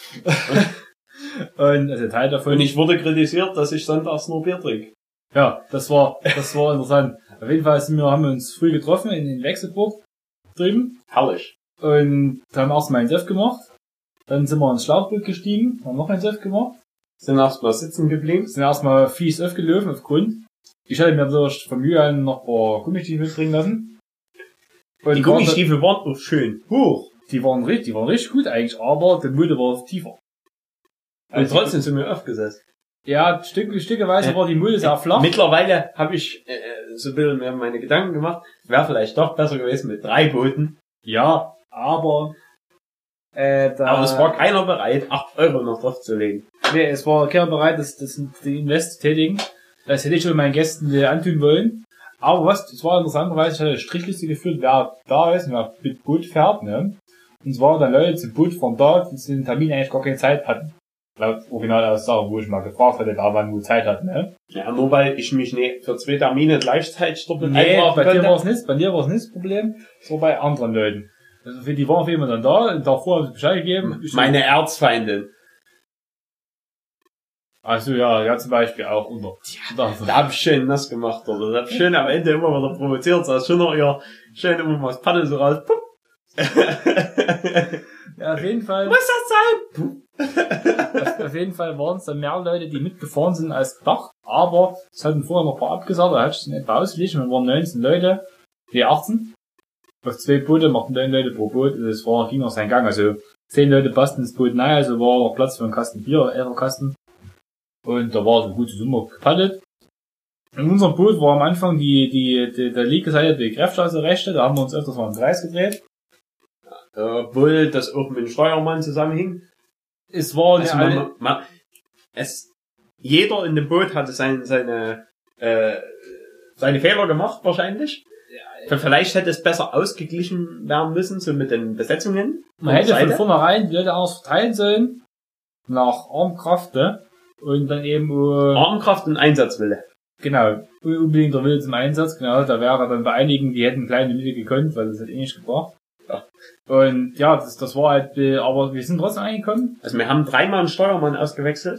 Und also Teil davon. Und ich wurde kritisiert, dass ich sonntags nur Bier trinke. Ja, das war, das war interessant. Auf jeden Fall sind wir, haben wir uns früh getroffen in den Wechselburg drüben Herrlich. und haben erstmal einen Saft gemacht. Dann sind wir ins Schlauchboot gestiegen, haben noch einen Saft gemacht. Sind erstmal sitzen geblieben. Sind erstmal fies aufgelaufen auf Grund. Ich hatte mir durch von Mühe an noch ein paar Gummistiefel bringen lassen. Und Die Gummistiefel waren auch schön hoch. Die waren richtig, die waren richtig gut eigentlich, aber der Mulde war tiefer. Und Also trotzdem sind wir aufgesetzt. Ja, Stück, stückeweise äh, war die Mulde sehr flach. Mittlerweile habe ich äh, so ein bisschen mehr meine Gedanken gemacht. Wäre vielleicht doch besser gewesen mit drei Booten. Ja, aber äh, da, Aber es war keiner bereit, acht Euro noch drauf zu legen. Nee, es war keiner bereit, das, das, die Invest zu tätigen. Das hätte ich schon meinen Gästen äh, antun wollen. Aber was, es war interessanterweise, ich hatte eine Strichliste geführt, wer da ist und wer mit Boot fährt, ne? Und es waren dann Leute zum Boot von da, die zu den Termin eigentlich gar keine Zeit hatten. Laut Originalaussage, wo ich mal gefragt hatte, wer wann wo Zeit hat, ne? Ja, nur weil ich mich nicht für zwei Termine gleichzeitig doppelt Nee, eintragen bei dir konnte. war es nicht, bei dir war es nicht das Problem, es war bei anderen Leuten. Also für die waren auf jeden Fall dann da, und davor haben sie Bescheid gegeben. Ich- Meine Erzfeindin. Also ja, ja zum Beispiel auch unter. Da hab ich schön nass gemacht, oder? Da hab ich schön am Ende immer wieder provoziert, so schön noch ihr, schön immer mal das Paddel so raus. Pup. Ja, auf jeden Fall. Muss das sein? auf, auf jeden Fall waren es dann mehr Leute, die mitgefahren sind als gedacht. Aber es hatten vorher noch ein paar abgesagt, da hatte ich es in etwa ausgeglichen. Wir waren neunzehn Leute, die achtzehn. Auf zwei Boote machten neun Leute pro Boot. Das war, ging noch seinen Gang. Also zehn Leute passten ins Boot rein, also war noch Platz für einen Kasten Bier, elfer Kasten. Und da war so eine gute Summe gepaddelt. In unserem Boot war am Anfang die, die, die der linke Seite die Kräfte aus der rechte, da haben wir uns öfters mal im Kreis gedreht. Obwohl das auch mit dem Steuermann zusammenhing. Es war Also eine, man, man, es, jeder in dem Boot hatte sein, seine, äh, seine Fehler gemacht, wahrscheinlich. Ja, vielleicht hätte es besser ausgeglichen werden müssen, so mit den Besetzungen. man hätte von vornherein die Leute anders verteilen sollen. Nach Armkraft, ne? Und dann eben, äh, Armkraft und Einsatzwille. genau, unbedingt der Wille zum Einsatz, genau, da wäre dann bei einigen, die hätten kleine Mittel gekonnt, weil das hat eh nicht gebracht. Ja. Und ja, das, das war halt, äh, aber wir sind trotzdem eingekommen. Also wir haben dreimal einen Steuermann ausgewechselt.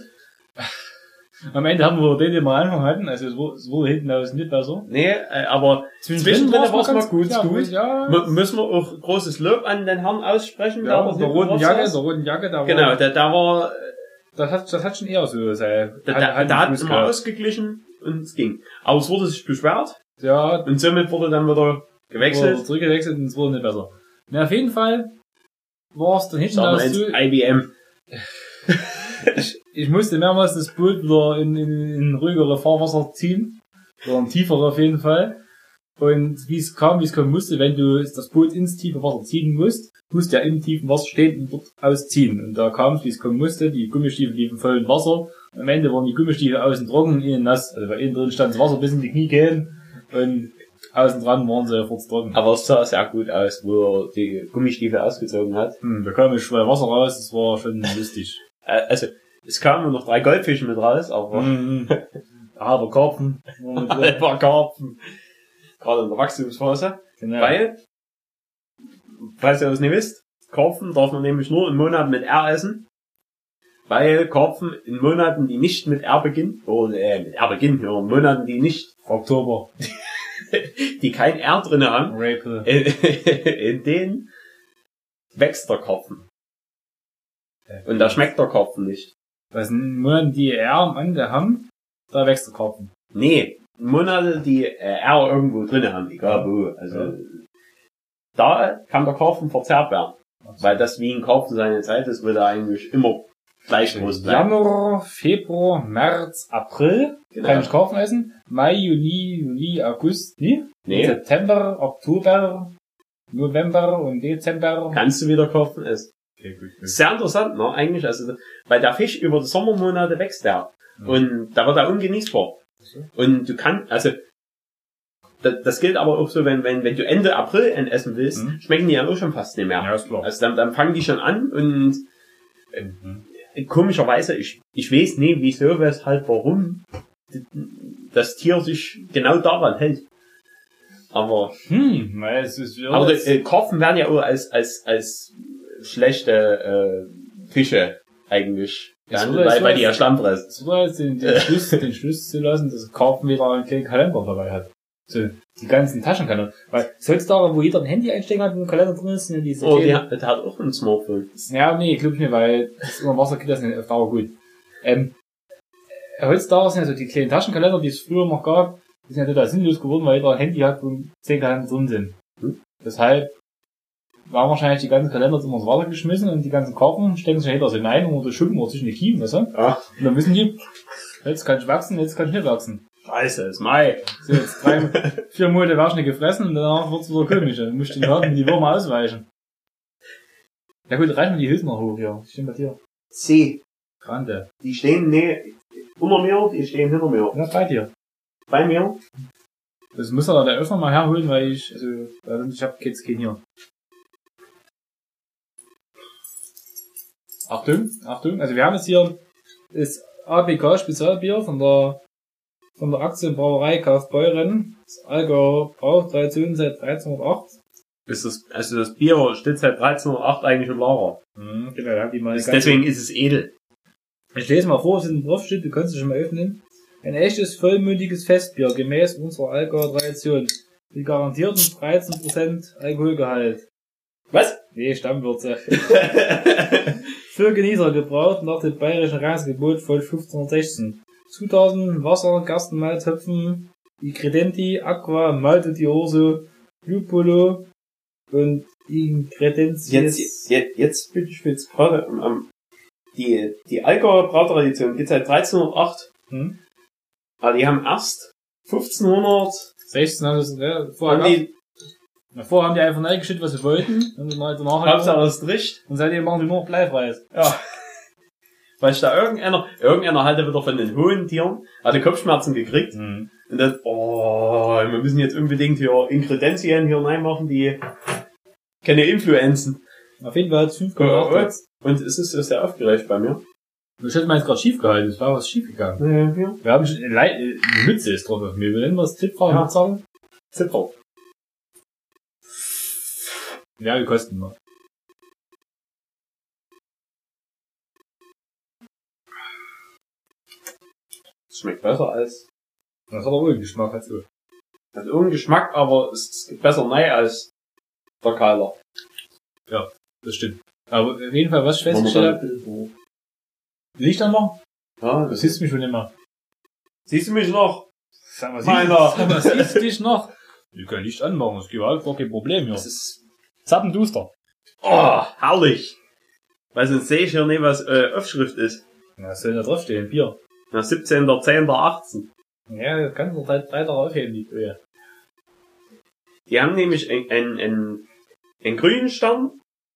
Am Ende haben wir den, den wir am Anfang hatten, also es wurde, es wurde hinten aus nicht besser. Nee, äh, aber zwischendrin war es mal gut. Ja, gut. Ja. M- müssen wir auch großes Lob an den Herrn aussprechen. Ja, der, der roten Jacke, der roten Jacke, da war... Genau, der, der war... Das hat, das hat schon eher so sein. Der, der, der hat immer ausgeglichen und es ging. Aber es wurde sich beschwert. Ja. Und somit wurde dann wieder gewechselt. Wurde zurückgewechselt und es wurde nicht besser. Na, auf jeden Fall war es dann hinten aus so... I B M. ich, ich musste mehrmals das Boot wieder in, in, in ruhigere Fahrwasser ziehen. Oder ein tieferer auf jeden Fall. Und wie es kam, wie es kommen musste, wenn du das Boot ins tiefe Wasser ziehen musst, musst du ja im tiefen Wasser stehen und dort ausziehen. Und da kam es, wie es kommen musste, die Gummistiefel liefen voll in Wasser. Am Ende waren die Gummistiefel außen trocken, innen nass. Also bei innen drin stand das Wasser bis in die Knie gehen. Und außen dran waren sie sofort trocken. Aber es sah sehr gut aus, wo er die Gummistiefel ausgezogen hat. Hm, da kam ich bei Wasser raus, das war schon lustig. Also, es kamen nur noch drei Goldfische mit raus, aber... Mhm. Ja, der Karpfen. Der war Karpfen. Gerade in der Wachstumsphase. Genau. Weil, falls ihr das nicht wisst, Karpfen darf man nämlich nur in Monaten mit R essen. Weil Karpfen in Monaten, die nicht mit R beginnen, oder äh, mit R beginnen, ja, in Monaten, die nicht... Oktober. die kein R drinne haben. Rape. In, in denen wächst der Karpfen. Und da schmeckt der Karpfen nicht. Das sind Monate, die R am Ende haben, da wächst der Karpfen. Nee, Monate, die äh, R irgendwo drinne haben, egal wo. Also, ja. Da kann der Karpfen verzerrt werden. Also. Weil das wie ein Karpfen seine Zeit ist, wird er eigentlich immer gleich groß bleiben. Januar, Februar, März, April genau. Kann ich Karpfen essen. Mai, Juni, Juli, August, nie? Nee. September, Oktober, November und Dezember. Kannst du wieder Karpfen essen. Okay, gut, gut. Sehr interessant, ne, eigentlich, also, weil der Fisch über die Sommermonate wächst der. Ja. Und da wird er ungenießbar. Okay. Und du kannst, also, das, das gilt aber auch so, wenn, wenn, wenn du Ende April ein essen willst, mhm. schmecken die ja auch schon fast nicht mehr. Ja, ist klar. Also dann, dann fangen die schon an und, mhm. äh, komischerweise, ich, ich weiß nicht, wieso, weshalb, warum das Tier sich genau daran hält. Aber, hm, na, es ist, ja, aber die, äh, Karpfen werden ja auch als, als, als, schlechte äh, Fische eigentlich, dann, weil, weil die ja Schlamm fressen. Es war jetzt den, den, Schluss, den Schluss zu lassen, dass Karpfen wieder einen kleinen Kalender dabei hat. So, die ganzen Taschenkalender. Weil heutzutage, wo jeder ein Handy einstecken hat, wo ein Kalender drin ist, sind diese... Oh, der, der hat auch ein Smartphone. Ja, nee, glaub ich nicht, weil das unter Wasser geht das nicht auf Dauer gut. Ähm, heutzutage sind ja so die kleinen Taschenkalender, die es früher noch gab, die sind ja total sinnlos geworden, weil jeder ein Handy hat, wo zehn Kalender drin sind. Hm? Deshalb waren wahrscheinlich die ganzen Kalender immer ins Wasser geschmissen und die ganzen Karpfen stecken sich hinter so hinein und schippen oder zwischen die Kiemen, weißt du? Ja. Und dann wissen die, jetzt kann ich wachsen, jetzt kann ich nicht wachsen. Scheiße, ist Mai. So, jetzt drei, vier Monate war ich nicht gefressen und danach wird's wieder komisch. Dann musst du den Garten mit die Würmer ausweichen. Ja gut, reichen wir die Hülsen noch hoch, ja. Die stehen bei dir. C. Grande. Die stehen, nee, unter mir, die stehen hinter mir. Ja, bei dir. Bei mir? Das muss er der Öffner mal herholen, weil ich, also, ich hab jetzt keinen hier. Achtung, Achtung, also wir haben jetzt hier das A B K Spezialbier von der von der Aktienbrauerei Kaufbeuren. Das Allgäuer Brautradition seit dreizehnhundertacht. Ist das, also das Bier steht seit dreizehnhundertacht eigentlich im Lager. Mhm, genau, da haben die mal. Ist, deswegen ist es edel. Ich lese mal vor, was in drauf steht, du kannst es schon mal öffnen. Ein echtes, vollmündiges Festbier, gemäß unserer Allgäuer Tradition. Mit garantierten dreizehn Prozent Alkoholgehalt. Was? Nee, Stammwürze. Für Genießer gebraut nach dem bayerischen Reinheitsgebot von fünfzehnhundertsechzehn. Zutaten: Wasser, Gerstenmalz, Hopfen, Incredenti, Aqua, Malte di Orso, Lupolo und Ingredienz. Jetzt, jetzt, jetzt bin ich jetzt gerade am, am die, die Allgäuer Brautradition geht seit dreizehnhundertacht. Hm? Aber die haben erst fünfzehnhundertsechzehn haben sie, ja, vorher, haben die, na, vorher haben die einfach reingeschüttet, was sie wollten. Und mal danach Hauptsache es bricht. Und seitdem machen die nur noch Bleifreies. Ja. Weil ich da irgendeiner, irgendeiner hatte wieder von den hohen Tieren, hatte Kopfschmerzen gekriegt. Mhm. Und dann, oh, wir müssen jetzt unbedingt hier Inkredenzien hier reinmachen, die keine Influenzen. Auf jeden Fall hat es fünf Komma acht. Und es ist sehr aufgeregt bei mir. Ich hätte mal jetzt gerade schief gehalten, es war was schief gegangen. Ja, ja. Wir haben schon, eine Mütze ist drauf auf mir. Wir nennen das Zipfrau, ja. Sagen? Zipfrau. Ja, die kosten noch. Das schmeckt besser als... Das hat aber wohl Geschmack, hat so. Hat irgendeinen Geschmack, aber es ist besser nein als der Keiler. Ja, das stimmt. Aber auf jeden Fall, was ich festgestellt habe... Licht anmachen? Ja, Du siehst mich schon immer. siehst du mich noch? Sag mal, Meiner. Sag mal, siehst du dich noch? Wir können Licht anmachen, es gibt überhaupt gar kein Problem hier. Das ist... Zappenduster. Oh, herrlich. Weil sonst sehe ich hier nicht, was äh, Aufschrift ist. Na, was soll denn da draufstehen? Bier. Na, siebzehnter zehnter achtzehn. Ja, das kannst du drei, drei Tage aufheben, die Brühe. Die haben nämlich einen, einen, einen, einen grünen Stern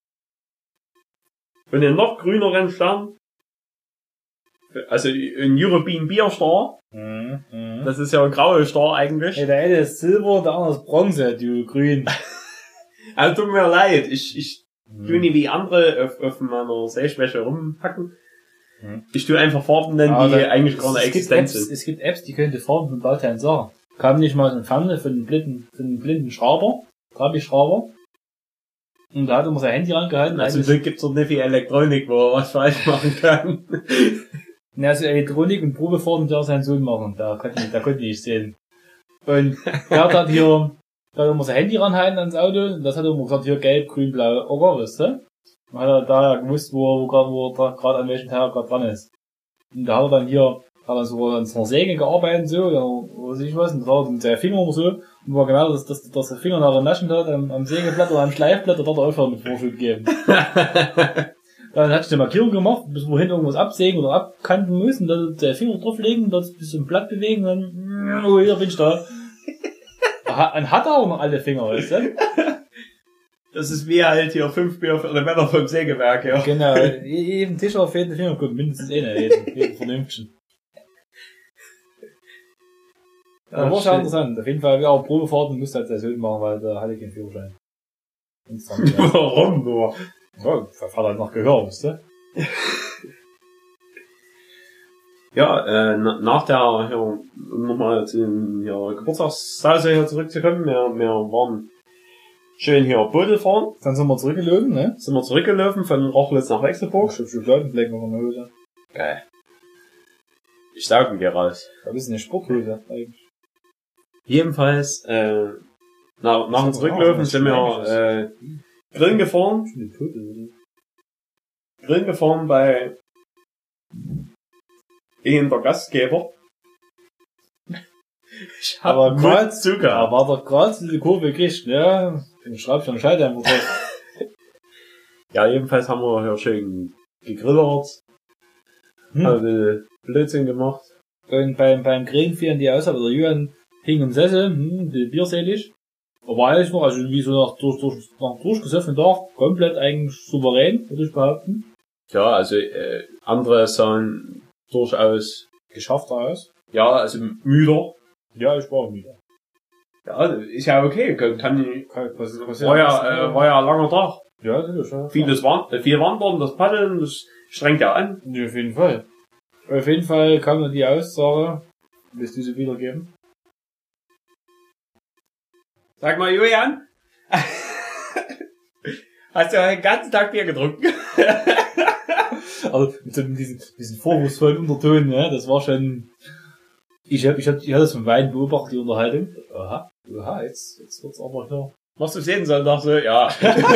und einen noch grüneren Stern. Also ein European Beer Star. Mhm, mhm. Das ist ja ein grauer Star eigentlich. Hey, der eine ist Silber, der andere ist Bronze, du grün. Also tut mir leid, ich, ich Mhm. tue nicht wie andere auf, auf meiner Sehschwäche rumpacken. Mhm. Ich tue einfach Farben nennen, Aber die da- eigentlich gar nicht es gibt existent Apps, sind. Es gibt Apps, die können die Farben von Bauteilen sagen. Kam nicht mal so ein Ferne für einen blinden, für einen blinden Schraber, Trabi-Schraber. Und da hat er immer sein Handy rangehalten. Also eigentlich- Glück gibt's doch nicht viel Elektronik, wo er was falsch machen kann. Ja, also Elektronik und Probefarben, der sein Sohn machen. Da konnte ich, da konnte ich sehen. Und er hat halt hier, da hat er immer sein Handy ranhalten ans Auto, und das hat er immer gesagt, hier gelb, grün, blau, ocker, weißt du? Dann hat er da gewusst, wo er, wo gerade, wo er da gerade an welchem Tag gerade dran ist. Und da hat er dann hier, hat er so an so einer Säge gearbeitet, so, ja, weiß ich was, und da hat er mit seinen Fingern oder so, und wo er gemerkt hat, dass, dass, dass der Finger nachher naschen hat, am, am Sägeblatt oder am Schleifblatt, da hat er aufhören mit Vorschub gegeben. Dann hatte ich eine Markierung gemacht, bis wohin irgendwas absägen oder abkanten müssen, dann der Finger drauflegen, das bis zum Blatt bewegen, dann, oh, hier bin ich da. Dann hat er auch noch alle Finger, weißt du? Das ist wie halt hier fünf Bier für die Männer vom Sägewerk, ja. Genau, jedem Tischer fehlt ein Finger, gut, mindestens einer, jeden, jeden vernünftigen. Ja, war schon interessant. Auf jeden Fall, ja, Probefahrten musste halt der Söhne machen, weil da hatte ich keinen Führerschein. Interessant, ja. Warum nur? Ja, das hat halt noch gehört, weißt du? Ja, äh, na, nach der, hier, um nochmal zu den hier, Geburtstagssause hier zurückzukommen, wir, wir waren schön hier Bodel fahren, Dann sind wir zurückgelaufen, ne? sind wir zurückgelaufen von Rochlitz nach Wechselburg. Ich hab Schokoladenflecken auf der Hose. Geil. Ich saug ihn dir raus. Da ist eine Sporthose, eigentlich. Jedenfalls, äh, na, nach dem Das ist aber Zurücklaufen auch sind wir, äh, Grillen gefahren, Schon eine Tote, oder? Grillen gefahren bei einem der Gastgeber. Ich hab Aber Mund gerade, Zucker. ja, war doch gerade diese Kurve gekriegt, ne? Den schreibst du einen Schalldämpfer drauf. Ja, jedenfalls haben wir hier schön gegrillert, Hm. haben ein Blödsinn gemacht. Und beim, beim Grillen fielen die aus, aber der Julian hing im Sessel, hm, die bierselig. Aber eigentlich noch, also wie so nach, durch, durch, nach durchgesoffenen Tag, komplett eigentlich souverän, würde ich behaupten. Ja, also äh, andere sahen durchaus, Geschafft aus. ja, also müder. Ja, ich war müde. Ja, ist ja okay, kann, kann Was, was war ja, äh, war ja ein langer Tag. ja, das ist ja. Vieles Wand, äh, viel Wandern, das Paddeln, das strengt ja an. Ja, auf jeden Fall. Auf jeden Fall kam mir die Aussage, willst du sie wiedergeben? Sag mal, Julian, hast du den ganzen Tag Bier getrunken? Also mit so diesem, diesem vorwurfsvollen Unterton, ja, das war schon. Ich hab, ich hab, ich hab das vom Wein beobachtet, die Unterhaltung. Aha, aha, jetzt, jetzt wird's aber hier. Machst du sehen sollen, dachte so, ja.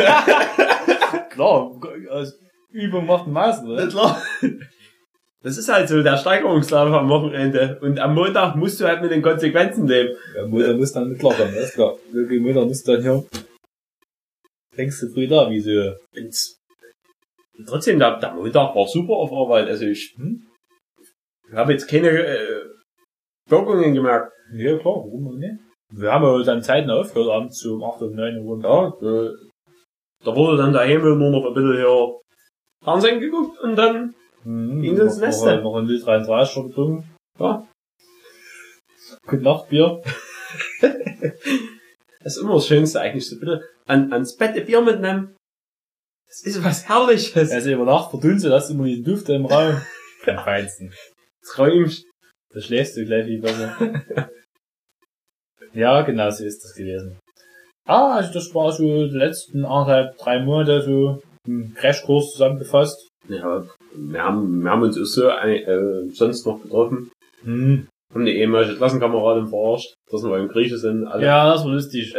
Klar, also Übung macht den Meister, ne? Klar. Das ist halt so der Steigerungslauf am Wochenende. Und am Montag musst du halt mit den Konsequenzen leben. Ja, Mutter muss dann mit klarkommen, das ist klar. Wirklich, Mutter muss dann hier. Denkst du früh da, wie sie. Und trotzdem, der, der Montag war super auf Arbeit. Also ich Hm? habe jetzt keine äh, Wirkungen gemerkt. Ja, klar, warum auch nicht? Wir haben ja dann Zeiten aufgehört, abends so um acht und neun Uhr. Ja, äh, da wurde dann daheim nur noch ein bisschen hier Fernsehen geguckt und dann, Mhm, in das noch, Neste. noch, noch ein Lied dreiunddreißig getrunken. ja, Gute Nacht, Bier. das ist immer das Schönste eigentlich, so bitte an, ans Bett ein Bier mitnehmen. Das ist was Herrliches. Also über Nacht verdünnst du, hast immer diesen Duft im Raum. Am feinsten. Träumst. Da schläfst du gleich viel besser. Ja, genau so ist das gewesen. Ah, also das war so die letzten anderthalb, drei Monate so ein Crashkurs zusammengefasst. Ja, wir haben, wir haben uns auch so äh, sonst noch getroffen. Hm. Haben die ehemalige Klassenkameraden verarscht, dass wir im Grieche sind. Alle. Ja, das war lustig.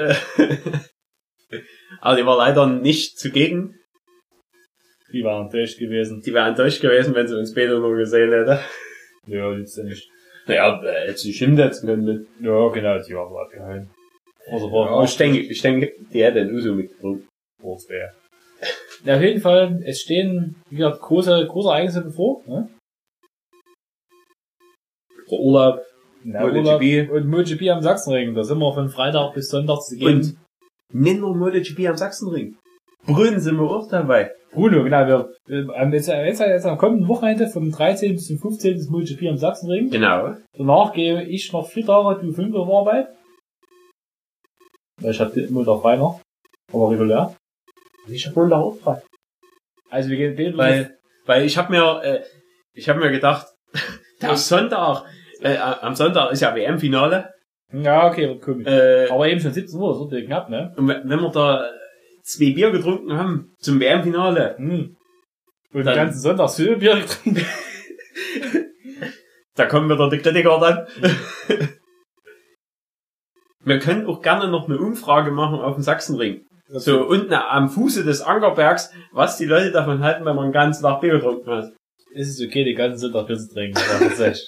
Aber die war leider nicht zugegen. Die waren enttäuscht gewesen. Die wäre enttäuscht gewesen, wenn sie uns später noch gesehen hätte. Ja, letztendlich. Naja, hätte sie hinsetzen können mit. Ja, genau, die waren abgehalten. Also war Ja, ich denke, ich denke, die hätte ein Uso mitgebracht. wäre. Ja, auf jeden Fall, es stehen, wie gesagt, große, große Ereignisse bevor, ne? Urlaub, Na, MotoGP. Urlaub und MotoGP am Sachsenring. Da sind wir von Freitag bis Sonntag zu gehen. Und nicht nur MotoGP am Sachsenring. Brünn sind wir auch dabei. Bruno, genau, wir, wir am- jetzt, jetzt, jetzt am kommenden Wochenende vom dreizehnten bis zum fünfzehnten ist MotoGP am Sachsenring. Genau. Danach gehe ich noch vier Tage, du fünf auf Arbeit. Weil ich hatte Montag frei noch. Aber regulär. Ich hab Montag auch frei. Also wir gehen beide Weil, weil ich hab mir, äh, ich hab mir gedacht, am Sonntag, äh, am Sonntag ist ja W M-Finale. Ja, okay, wird komisch. Äh, Aber eben schon siebzehn Uhr, das wird ja knapp, ne? und wenn wir da zwei Bier getrunken haben zum W M-Finale, Hm. Und den Dann- ganzen Sonntag so Bier getrunken. da kommen wieder die Kritiker dann. Wir können auch gerne noch eine Umfrage machen auf dem Sachsenring. So unten am Fuße des Ankerbergs, was die Leute davon halten, wenn man den ganzen Tag Bier getrunken hat. Ist es okay, den ganzen Sonntag Bier zu trinken. Ja, tatsächlich.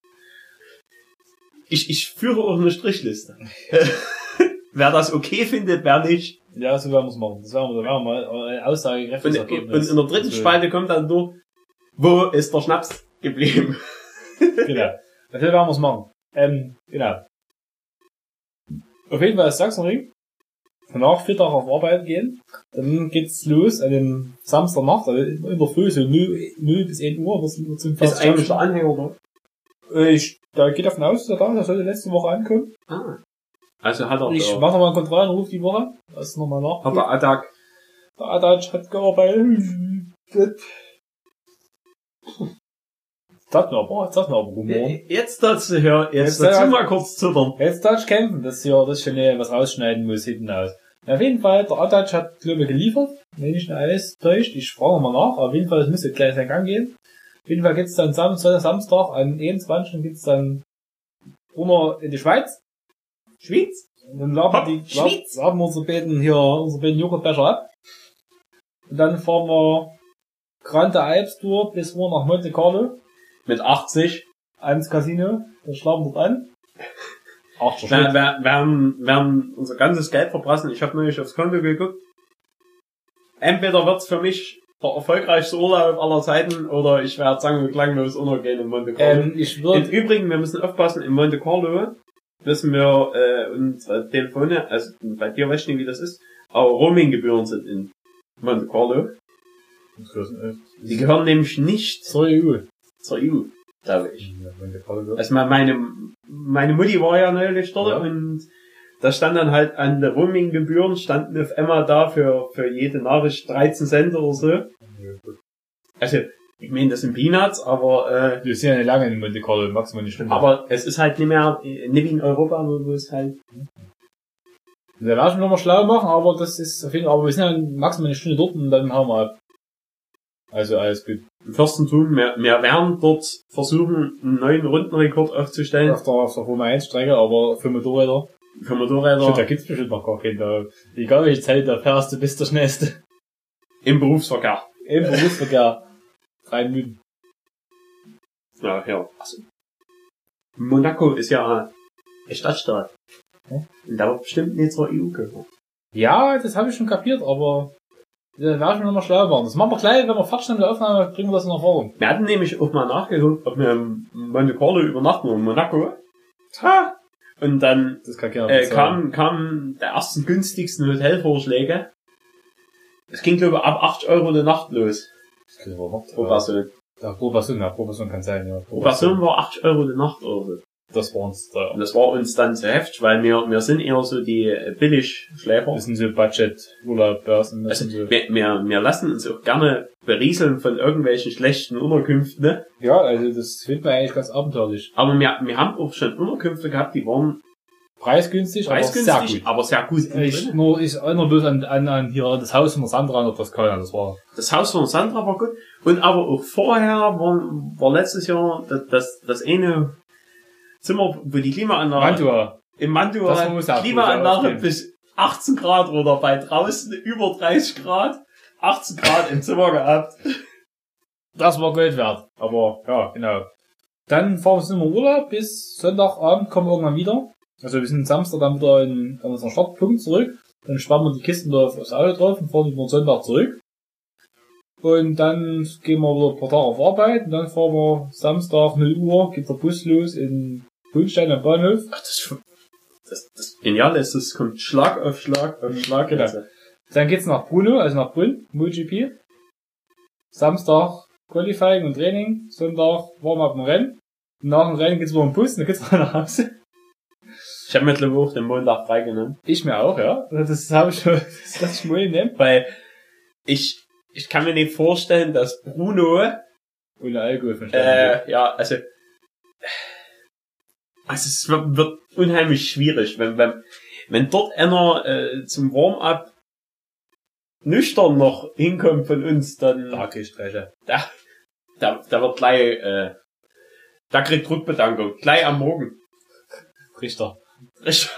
Ich, ich führe auch eine Strichliste. Wer das okay findet, wer nicht. Ja, so werden wir es machen. Das werden wir, da werden wir mal eine Aussage Und, kräftiges und Ergebnis. in der dritten Also, Spalte kommt dann durch, wo ist der Schnaps geblieben? Genau. Dafür werden wir es machen. Ähm, genau. Auf jeden Fall ist Sachsenring. Danach vier Tage auf Arbeit gehen. Dann geht's los an dem Samstagnacht, also in der Früh, so null bis ein Uhr, was wir zum Ist eigentlich der Anhänger, oder? Äh, Ich, da geht davon aus, dass er da, das sollte letzte Woche ankommen. Ah. Also hat er, Ich der, mache nochmal einen Kontrollanruf die Woche. Das ist nochmal nach. hat der Attack. Der Adaj hat gearbeitet. Sagt mir aber, sagt mir aber Humor. Jetzt dazu, hör, jetzt Jetzt dazu hat- mal kurz zittern. Jetzt darf ich kämpfen, das hier, das ist schon äh, was rausschneiden muss hinten aus. Auf jeden Fall, der Adaj hat, glaube ich, geliefert. Wenn ich nicht alles täuscht, ich frage mal nach. Auf jeden Fall, das müsste gleich seinen Gang gehen. Auf jeden Fall geht's dann Sam Samstag an einundzwanzig geht's dann runter in die Schweiz. Schweiz? Und dann laden Hopp, die, Schweiz. laden wir unsere beiden hier, unsere beiden Joghurtbecher ab. Und dann fahren wir Grande Alps durch bis wir nach Monte Carlo Mit achtzig. ans Casino. Dann schlagen wir dort an. Ach, Wir, wir, wir, haben, wir haben unser ganzes Geld verbrassen. Ich habe neulich aufs Konto geguckt. Entweder wird's für mich der erfolgreichste Urlaub aller Zeiten oder ich werde sang- und klanglos untergehen in Monte Carlo. Ähm, ich Im würde, Übrigen, wir müssen aufpassen, in Monte Carlo müssen wir äh, unsere Telefone, also bei dir weiß ich nicht, wie das ist, aber Roaminggebühren sind in Monte Carlo. Die gehören nämlich nicht zur E U. zur E U, glaube ich. Also meine, meine Mutti war ja neulich dort Ja. und da stand dann halt an der Roaminggebühren, standen auf einmal da für, für jede Nachricht dreizehn Cent oder so. Also, ich meine, das sind Peanuts, aber, äh, Wir sind ja nicht lange in Monte Carlo, maximal eine Stunde. aber es ist halt nicht mehr, nicht wie in Europa, wo es halt, Da werden wir nochmal schlau machen, aber das ist auf jeden Fall, aber wir sind ja maximal eine Stunde dort und dann haben wir ab. Also alles gut. im Fürstentum, wir, wir werden dort versuchen, einen neuen Rundenrekord aufzustellen Auf der, auf der Formel eins Strecke, aber für Motorräder. für Shit, da Motorräder gibt's bestimmt noch gar keinen. Da, egal welche Zeit da fährst, du bist der Schnellste. im Berufsverkehr. Im Berufsverkehr. Drei Minuten. Ja, ja. Also, Monaco ist ja ein Stadtstaat. Hm? Und da wird bestimmt nicht zur E U gehören. Ja, das habe ich schon kapiert, aber da werde ich mir nochmal schlau machen. Das machen wir gleich, wenn wir fertig sind mit der Aufnahme, bringen wir das in Erfahrung. Wir hatten nämlich auch mal nachgeguckt, ob wir in Monte Carlo übernachten oder in Monaco. Ha! Und dann Das kann keiner äh, bezahlen. kamen kam der ersten günstigsten Hotelvorschläge. Es ging, glaube ich, ab acht Euro die Nacht los. Das kriegen wir noch. Pro Person. Ja, pro Person, ja, pro Person kann sein, ja. Pro Person war acht Euro die Nacht oder so. Das war uns da. Und das war uns dann zu heftig, weil wir, wir sind eher so die Billigschläfer. Das sind so Budget-Urlaub-Börsen. Das Also, sind so. wir, wir, wir lassen uns auch gerne berieseln von irgendwelchen schlechten Unterkünften, ne? Ja, also das findet man eigentlich ganz abenteuerlich. Aber wir, wir haben auch schon Unterkünfte gehabt, die waren Preisgünstig, Preisgünstig, aber sehr gut. Aber sehr gut. Ich, nur, ich erinnere bloß an, an, an hier das Haus von der Sandra in der Toskana, das war. Das Haus von Sandra war gut. Und aber auch vorher war, war letztes Jahr das, das, das eine Zimmer, wo die Klimaanlage. Mantua. Im Mantua. Klimaanlage bis achtzehn Grad oder bei draußen über dreißig Grad. achtzehn Grad im Zimmer gehabt. Das war Gold wert. Aber, ja, genau. Dann fahren wir uns immer Urlaub bis Sonntagabend, kommen wir irgendwann wieder. Also wir sind Samstag dann wieder in, an unserem Startpunkt zurück. Dann spannen wir die Kisten da aufs Auto drauf und fahren über den Sonntag zurück. Und dann gehen wir wieder ein paar Tage auf Arbeit. Und dann fahren wir Samstag null Uhr, geht der Bus los in Hohenstein am Bahnhof. Ach, das, das, das Geniale ist, es kommt Schlag auf Schlag auf Schlag. Genau. Dann geht's nach Bruno, also nach Brünn, MotoGP. Samstag Qualifying und Training. Sonntag Warm-up im Rennen. Und nach dem Rennen geht's wieder im Bus und dann geht's wieder nach Hause. Ich habe mittlerweile auch den Montag freigenommen. Ich mir auch, ja. Das habe ich schon, das lasse ich mal nehmen. Weil ich, ich kann mir nicht vorstellen, dass Bruno ohne Alkohol verstanden äh, ja, also, also es wird, wird unheimlich schwierig, wenn, wenn, wenn dort einer äh, zum Warm-up nüchtern noch hinkommt von uns, dann da krieg ich Streiche. Da, da, da wird gleich, äh, da kriegt Druckbedankung, gleich am Morgen. Richter. Richter.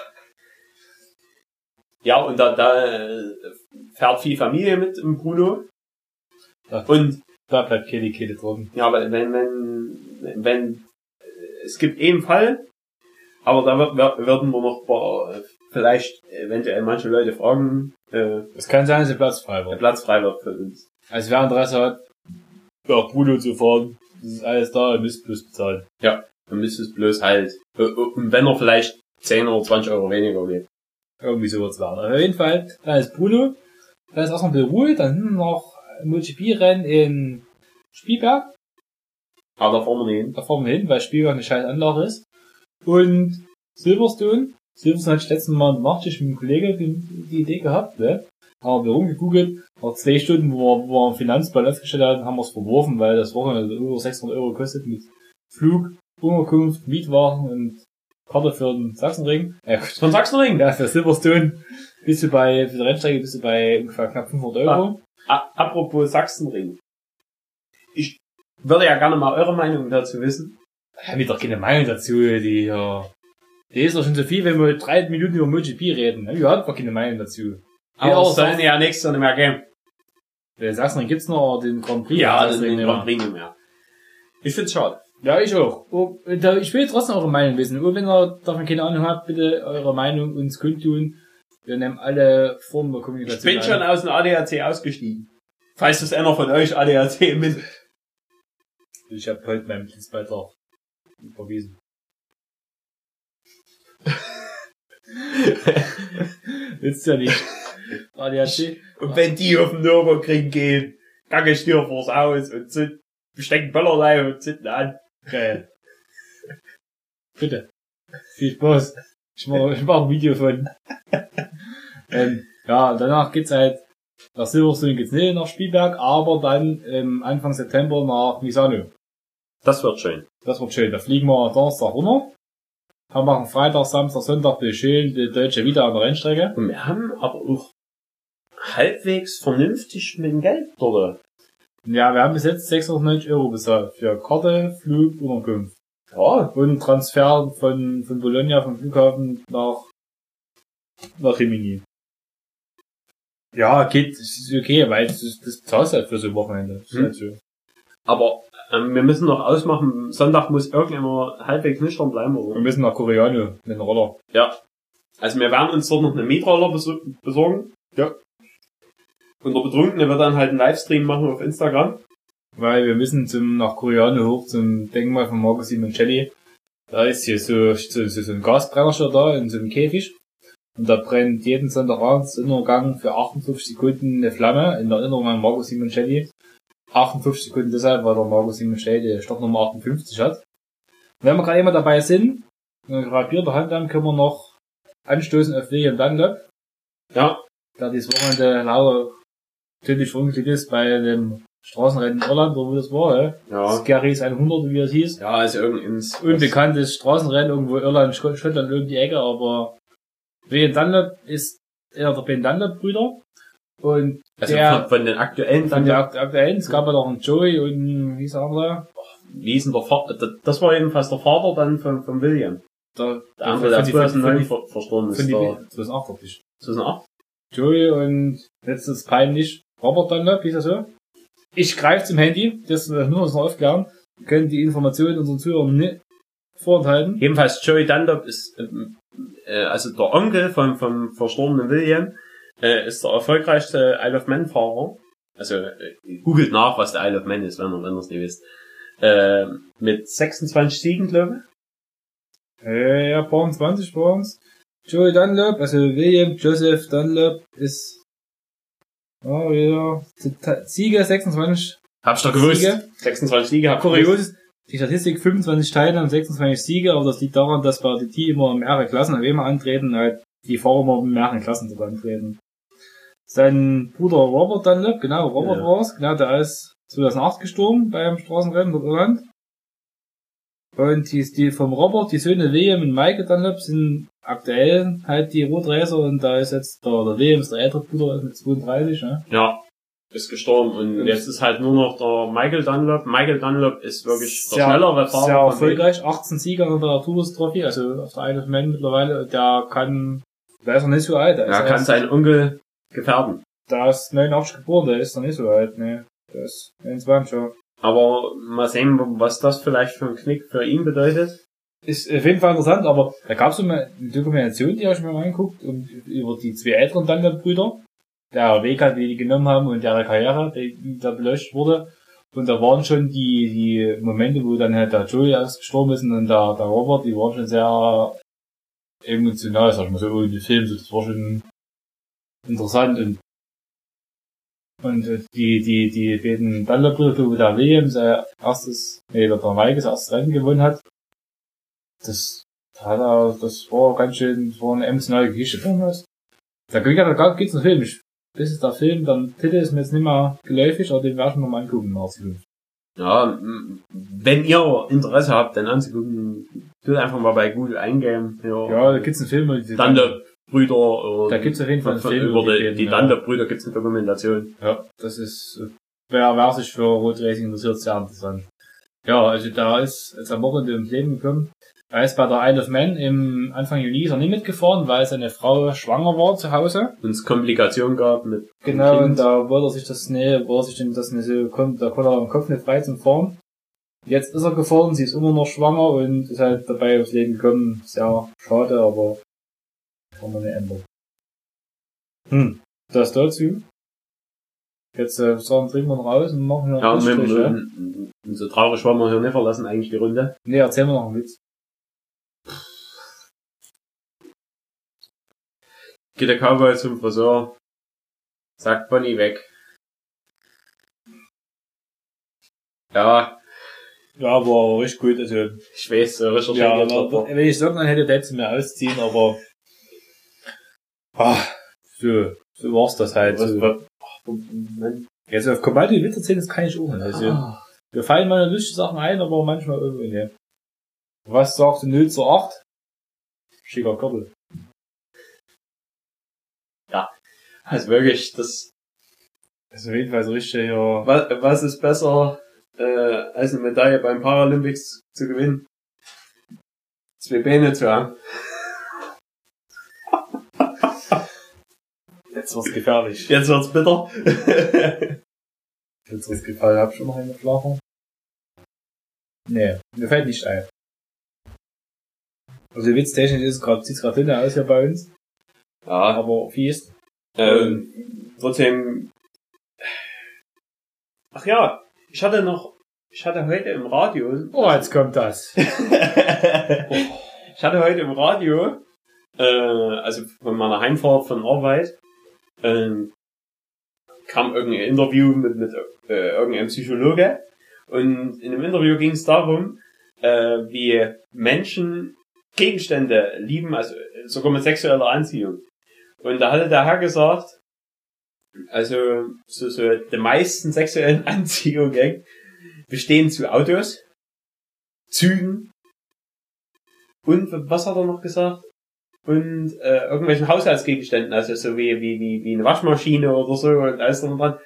Ja, und da, da äh, fährt viel Familie mit im Bruno. Ja. Und da bleibt keine Kehle trocken. ja, aber wenn, wenn, wenn, es gibt einen Fall, aber da wird, werden wir noch paar, vielleicht eventuell manche Leute fragen, äh, es kann sein, dass der Platz frei wird. Der Platz frei wird für uns. Also wer Interesse hat, nach Bruno zu fahren, das ist alles da, ihr müsst bloß bezahlen. Ja, dann müsst es bloß halt, und wenn er vielleicht zehn oder zwanzig Euro weniger geht. Irgendwie so wird's werden. Also auf jeden Fall, da ist Bruno, da ist erstmal ein bisschen Ruhe, dann sind noch MotoGP-Rennen in Spielberg. Aber da fahren wir nicht hin. Da fahren wir hin, weil Spielberg eine scheiß Anlage ist. Und Silverstone. Silverstone hatte ich letzten Mal in Nachtschicht mit einem Kollegen die, die Idee gehabt, ne? Haben wir rumgegoogelt. Nach zwei Stunden, wo wir, wo wir einen Finanzplan aufgestellt haben, haben wir es verworfen, weil das Wochenende über sechshundert Euro kostet mit Flug, Unterkunft, Mietwagen und Karte für den Sachsenring. Äh, Von Sachsenring? Ja, für Silverstone bist du bei, für die Rennstrecke bist du bei ungefähr knapp fünfhundert Euro. Ah, apropos Sachsenring. Ich würde ja gerne mal eure Meinung dazu wissen. Ich habe doch keine Meinung dazu, die, ja, die ist doch schon so viel, wenn wir drei Minuten über MotoGP reden. Ich habe doch keine Meinung dazu. Aber ja, es sollen ja nächstes Jahr nicht mehr geben. Der Sachsenring gibt's noch, den Grand Prix. Ja, den, den Grand Prix nicht mehr. Ich find's schade. Ja, ich auch. Ich will trotzdem eure Meinung wissen. Und wenn ihr davon keine Ahnung habt, bitte eure Meinung uns kundtun. Wir nehmen alle Formen der Kommunikation. Ich bin schon aus dem A D A C ausgestiegen. Falls das einer von euch A D A C mit. Ich habe heute meinen Dienstbeitrag überwiesen. Willst du ja nicht. A D A C. Und wenn die auf den Nürburgring gehen, kacke ich dir vors Haus und zünd, bestecken Böllerlei und zünden an. Geil. Bitte. Viel Spaß. Ich mach, ich mach ein Video von. ähm, ja, danach geht's halt, nach Silverstone geht's nicht nach Spielberg, aber dann ähm, Anfang September nach Misano. Das wird schön. Das wird schön. Da fliegen wir Donnerstag runter. Haben machen Freitag, Samstag, Sonntag bis schön die Deutsche wieder an der Rennstrecke. Und wir haben aber auch halbwegs vernünftig mit dem Geld dort. Ja, wir haben bis jetzt sechshundertneunzig Euro bezahlt für Karte, Flug, Unterkunft. Ja. Und Transfer von, von Bologna, vom Flughafen nach, nach Rimini. Ja, geht, ist okay, weil das, das zahlst halt für so ein Wochenende. Das ist hm. halt so. Aber ähm, wir müssen noch ausmachen, Sonntag muss irgendjemand halbwegs nüchtern bleiben, oder? Wir müssen nach Coreano mit dem Roller. Ja. Also wir werden uns dort noch einen Mietroller besorgen. Ja. Und der Betrunkene wird dann halt einen Livestream machen auf Instagram. Weil wir müssen zum, nach Coreano hoch zum Denkmal von Marco Simoncelli. Da ist hier so, so, so, so ein Gasbrenner schon da in so einem Käfig. Und da brennt jeden Sonntagabend im Innengang für achtundfünfzig Sekunden eine Flamme in der Erinnerung an Marco Simoncelli. achtundfünfzig Sekunden deshalb, weil der Marco Simoncelli die Startnummer achtundfünfzig hat. Und wenn wir gerade immer dabei sind, und gerade Bier in der Hand haben, können wir noch anstoßen auf William Dunlop. Ja. Der dieses Wochenende lauter tödlich verunglückt ist bei dem Straßenrennen in Irland, wo das war, ja. Ja. Scaries hundert, wie es hieß. Ja, ist irgendein Unbekanntes Straßenrennen irgendwo Irland, Schottland, irgendwie die Ecke, aber William Dunlop ist eher der Ben Dunlop-Brüder. Und also der, von, von den aktuellen von der aktuellen, es gab ja noch einen Joey und, wie sagen wir? Wie ist denn der Vater? Das war jedenfalls der Vater dann von, von William. Der, der andere, der zweitausendneun ver, verstorben ist. Von die, zweitausendacht, glaube ich. zweitausendacht? Joey und jetzt ist peinlich Robert Dunlop, wie ist das so? Ich greife zum Handy, das müssen wir uns noch aufklären. Wir können die Informationen unseren Zuhörern nicht vorenthalten. Jedenfalls Joey Dunlop ist, äh, also der Onkel vom, vom verstorbenen William, äh, ist der erfolgreichste Isle of Man Fahrer. Also, äh, googelt nach, was der Isle of Man ist, wenn ihr, wenn ihr es nicht wisst. Äh, mit sechsundzwanzig Siegen, glaube ich. Äh, ja, zwanzig bei uns. Joey Dunlop, also William Joseph Dunlop ist, oh ja, Siege sechsundzwanzig. Hab ich doch gewusst. Siege. sechsundzwanzig Siege. Hab Kurios ist, die Statistik fünfundzwanzig Teilnahmen, sechsundzwanzig Siege, aber das liegt daran, dass bei D T immer mehrere Klassen auf einmal antreten, halt die Fahrer immer in mehreren Klassen dort antreten. Sein Bruder Robert Dunlop, genau, Robert ja. war's, genau, der ist zweitausendacht gestorben beim Straßenrennen in Irland. Und die, die vom Robert, die Söhne William und Michael Dunlop sind aktuell halt die Roadracer und da ist jetzt der, der William ist der ältere Bruder mit zweiunddreißig, ne? Ja. Ist gestorben und, und jetzt ist halt nur noch der Michael Dunlop. Michael Dunlop ist wirklich der schnellere Fahrer. Sehr erfolgreich, achtzehn Sieger in der Tours Trophy, also auf der Isle of Man mittlerweile, der kann, der ist noch nicht so alt. Der ja, kann seinen Onkel gefährden. Der ist neunundachtzig geboren, der ist noch nicht so alt, ne. Der ist einundzwanzig, ja. Aber mal sehen, was das vielleicht für ein Knick für ihn bedeutet. Ist auf jeden Fall interessant, aber da gab es so eine Dokumentation, die habe ich mir mal angeguckt, und über die zwei älteren Dunlop-Brüder. Der Weg halt, wie die genommen haben und deren Karriere, die da beleuchtet wurde. Und da waren schon die, die Momente, wo dann halt der Joey ausgestorben ist und dann der, der Robert, die waren schon sehr emotional, sag ich mal so, in den Film, das war schon interessant und, und die, die, die beiden Dunlop-Brüder, wo der William sein erstes, nee, der Mike das erste Rennen gewonnen hat, das, hat er, das war ganz schön, das war eine emotionale Geschichte damals. Da gibt's einen Film, ich Das ist der Film, der Titel ist mir jetzt nicht mehr geläufig, aber den werde ich mir mal angucken. Ja, wenn ihr Interesse habt, den anzugucken, tut einfach mal bei Google eingeben. Ja, ja da gibt's einen Film. Dunlop-Brüder. Da gibt's auf jeden Fall einen von, Film. Über die, die ja. Dunlop-Brüder gibt's eine Dokumentation. Ja, das ist, wer, wer sich für Roadracing interessiert, sehr interessant. Ja, also da ist jetzt am Wochenende ums Leben gekommen. Er ist bei der Isle of Man im Anfang Juli ist er nicht mitgefahren, weil seine Frau schwanger war zu Hause. Und es Komplikationen gab mit Genau, kind. Und da wollte er sich das nicht, wollte er sich denn das nicht so, kommt, da konnte er im Kopf nicht frei zum Fahren. Jetzt ist er gefahren, sie ist immer noch schwanger und ist halt dabei aufs Leben gekommen. Sehr schade, aber kann man nicht ändern. Hm, das dazu. Jetzt äh, sagen, trinken wir noch raus und machen noch ja, einen Strich, ja. Und so traurig wollen wir hier nicht verlassen, eigentlich die Runde. Nee, erzählen wir noch einen Witz. Geht der Cowboy zum Friseur, sagt Bonnie weg. Ja. Ja, war richtig gut, also. Ich weiß, so richtig ja, aber, wenn ich sagen, dann hätte der zu mir ausziehen, aber, ah, so, so war's das halt. Was, so. Was, Jetzt auf Kommando die Witze erzählen, das kann ich auch nicht. Also, ah. Wir fallen mal lustige Sachen ein, aber manchmal irgendwie nicht. Was sagst du null zu acht? Schicker Koppel. Ja, also wirklich, das... Das ist auf jeden Fall so richtig, ja... Was, was ist besser, äh, als eine Medaille beim Paralympics zu gewinnen? Zwei Beine zu haben. Jetzt wird's gefährlich. Jetzt wird's bitter. Jetzt wird's gefallen. Hab ich schon noch eine Flachung? Nee, mir fällt nicht ein. Also witztechnisch ist es gerade, sieht's gerade hinter aus hier bei uns. Ja. Aber fies. Ähm, trotzdem. Ach ja, ich hatte noch, ich hatte heute im Radio. Oh, jetzt kommt das. oh. Ich hatte heute im Radio, äh, also von meiner Heimfahrt von Arbeit, ähm, kam irgendein Interview mit, mit äh, irgendeinem Psychologe. Und in dem Interview ging es darum, äh, wie Menschen Gegenstände lieben, also sogar mit sexueller Anziehung. Und da hatte der Herr gesagt, also so, so die meisten sexuellen Anziehungen bestehen zu Autos, Zügen und was hat er noch gesagt? und äh, irgendwelchen Haushaltsgegenständen, also so wie, wie, wie, wie eine Waschmaschine oder so und alles drum und dran.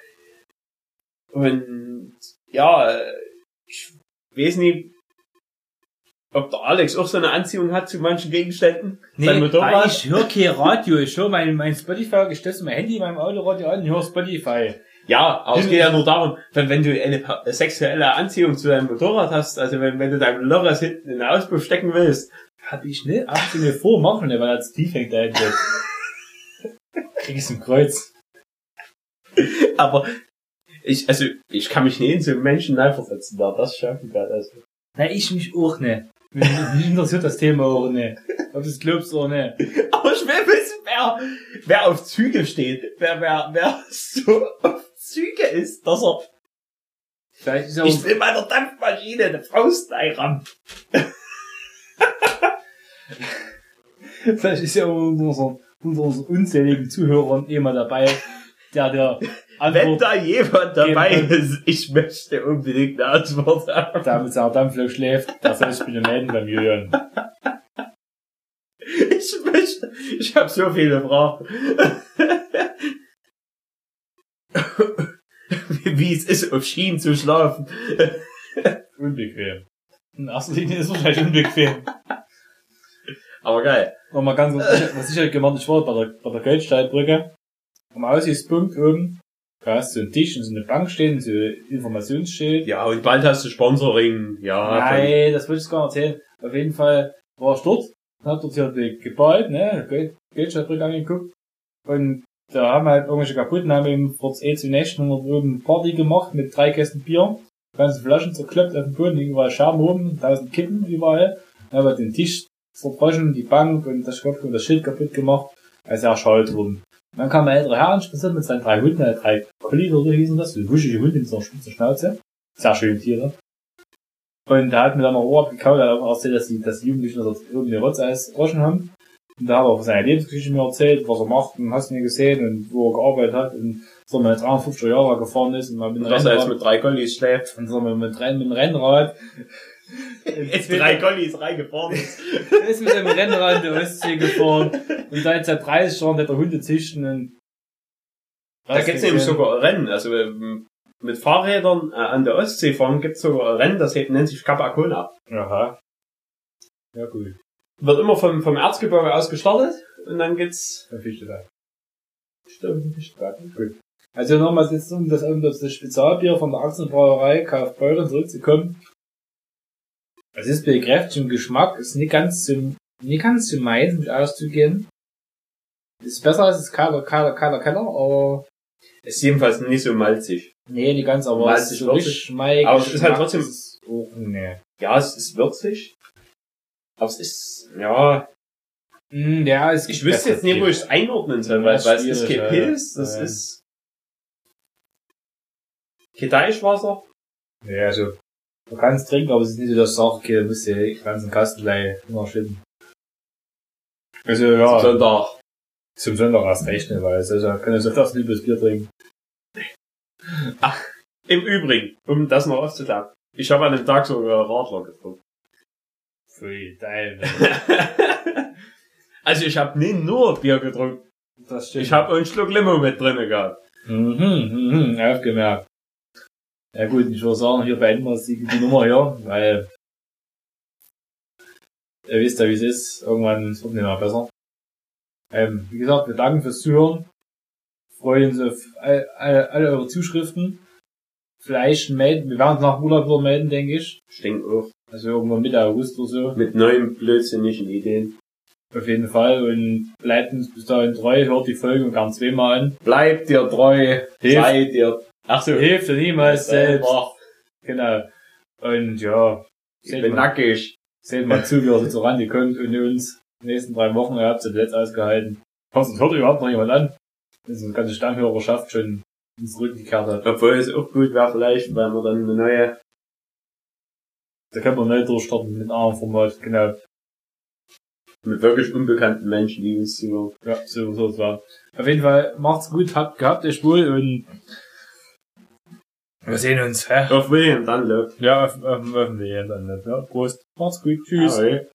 Und ja, ich weiß nicht, ob der Alex auch so eine Anziehung hat zu manchen Gegenständen. Nee, weil ich höre kein Radio, ich höre mein, mein Spotify, ich stelle mein Handy in meinem Autoradio an und höre Spotify. Ja, aber es geht ja nur darum, wenn, wenn du eine sexuelle Anziehung zu deinem Motorrad hast, also wenn, wenn du deinem Loris hinten in den Auspuff stecken willst. Hab ich nicht, ach, sie mir vormachen, weil er zu tief hängt da hinten. Krieg ich's im Kreuz. Aber ich, also, ich kann mich nicht in so einen Menschen reinversetzen, da das schaffen kann, also. Na, ich mich auch nicht. Mich interessiert das Thema auch nicht. Ob du es glaubst oder nicht. Aber ich will wissen, wer, wer auf Züge steht. Wer, wer, wer so auf Züge ist, dass er, vielleicht ist er ich will meiner Dampfmaschine eine Faust einrammen. Vielleicht ist ja unter unseren, unter unseren unzähligen Zuhörern jemand dabei, der der Antwort, wenn da jemand dabei ist, ich möchte unbedingt eine Antwort haben. der mit seiner Dampflok schläft, der soll sich bitte melden beim Julian. Ich möchte, ich habe so viele Fragen. wie, wie es ist, auf Schienen zu schlafen. Unbequem. In erster Linie ist es wahrscheinlich unbequem. Aber geil. Und mal ganz, was ich halt gemacht ich war bei der, bei der Goldsteilbrücke. Am Aussichtspunkt oben, da hast du einen Tisch und so eine Bank stehen, so ein Informationsschild. Ja, und bald hast du Sponsoring. Ja. Nein, das wollte ich gar nicht erzählen. Auf jeden Fall war ich dort, hab dort hier die geballt, ne, Gold, Goldsteilbrücke angeguckt. Und da haben halt irgendwelche kaputten, haben eben vor eh zu Nächten und oben Party gemacht mit drei Kästen Bier. Ganze Flaschen zerkloppt auf dem Boden, überall Scherben oben, tausend Kippen überall. Dann haben wir den Tisch zerbrochen, die Bank und das Kopf und das Schild kaputt gemacht. Also er schalt rum. Dann kam ein älterer Herr spaziert mit seinen drei Hunden, äh, drei Collie oder so hießen das, so wuschige Hunde mit so einer spitzen Schnauze. Sehr schöne Tiere. Und da hat mir dann noch Ohr abgekaut, er hat auch erzählt, dass die, dass die Jugendlichen das irgendwie Rotzeis gewaschen haben. Und da hat er auch seine Lebensgeschichte mir erzählt, was er macht und hast du nie gesehen und wo er gearbeitet hat und so mit dreihundertfünfzig Jahre gefahren ist und mal mit dem Rennrad. Dass er jetzt mit drei Collies schläft. Und so mit, mit, mit dem Rennrad. Jetzt drei Collies reingefahren ist. Er ist mit dem Rennrad in die Ostsee gefahren und da jetzt seit dreißig Jahren hat er Hunde zischen und da gibt's nämlich sogar ein Rennen, also mit Fahrrädern äh, an der Ostsee fahren gibt's sogar ein Rennen, das nennt sich Capacona. Aha. Ja, gut. Wird immer vom, vom Erzgebirge aus gestartet und dann geht's... Dann fischst du da. Stimmt, fischst du da. Gut. Also nochmals jetzt um das, um das Spezialbier von der Achsenbrauerei Kaufbeuren zurückzukommen. Es ist bei kräftigem Geschmack, ist nicht ganz zum, nicht ganz zu meins, mit auszugehen. Ist besser als das Kader, Kader, Kader, Keller, aber... Ist jedenfalls nicht so malzig. Nee, nicht ganz, aber malzig, es ist so richtig schmeig. Aber es ist halt trotzdem... Ist auch, nee. Ja, es ist würzig. Aber es ist, ja... Mm, ja, es ich wüsste jetzt nicht, wo ich es einordnen soll, weil, weil es ist kein Pilz, das ja. ist... kein Deichwasser. Ja, also... Du kannst trinken, aber es ist nicht so, dass du sagst, okay, du musst die ganzen Kastenlei immer schütten. Also, ja. Zum Sonntag. Zum Sonntag erst recht nicht, weil es also, kann ja so fast liebes Bier trinken. Ach, im Übrigen, um das noch auszuklären. Ich habe an dem Tag sogar Radler getrunken. Pfui, dein. Also ich habe nicht nur Bier getrunken. Das stimmt. Ich habe einen Schluck Limo mit drinne gehabt. Mhm, mhm, aufgemerkt. Ja gut, ich würde sagen, hier beenden wir die, die Nummer hier, weil ihr wisst ja, wie es ist. Irgendwann wird es nicht mehr besser. Ähm, wie gesagt, wir danken fürs Zuhören. Freuen uns auf all, all, alle eure Zuschriften. Vielleicht melden, wir werden uns nach dem Urlaub wieder melden, denke ich. Ich denke auch. Also irgendwann Mitte August oder so. Mit neuen blödsinnigen Ideen. Auf jeden Fall. Und bleibt uns bis dahin treu, hört die Folge gern zweimal an. Bleibt dir treu, seid ihr... Ach so. Hilft dir niemals selbst. Genau. Und ja. Ich bin mal, nackig. Seht mal zu, wie ihr so ran kommt und uns die nächsten drei Wochen, ihr habt es jetzt ausgehalten. Hoffentlich hört überhaupt noch jemand an. Das ist eine ganze Stammhörerschaft schon ins Rückgekehrt hat. Obwohl es auch gut wäre vielleicht, weil wir dann eine neue... Da können wir neu durchstarten mit einem anderen Format, genau. Mit wirklich unbekannten Menschen, die uns zuhören. Ja, so, so, so. Auf jeden Fall, macht's gut, habt, gehabt euch wohl und wir sehen uns, hä? Auf William Dunlop. Ja, auf, auf, auf William Dunlop, ja. Prost. Macht's gut, tschüss. Ahoi.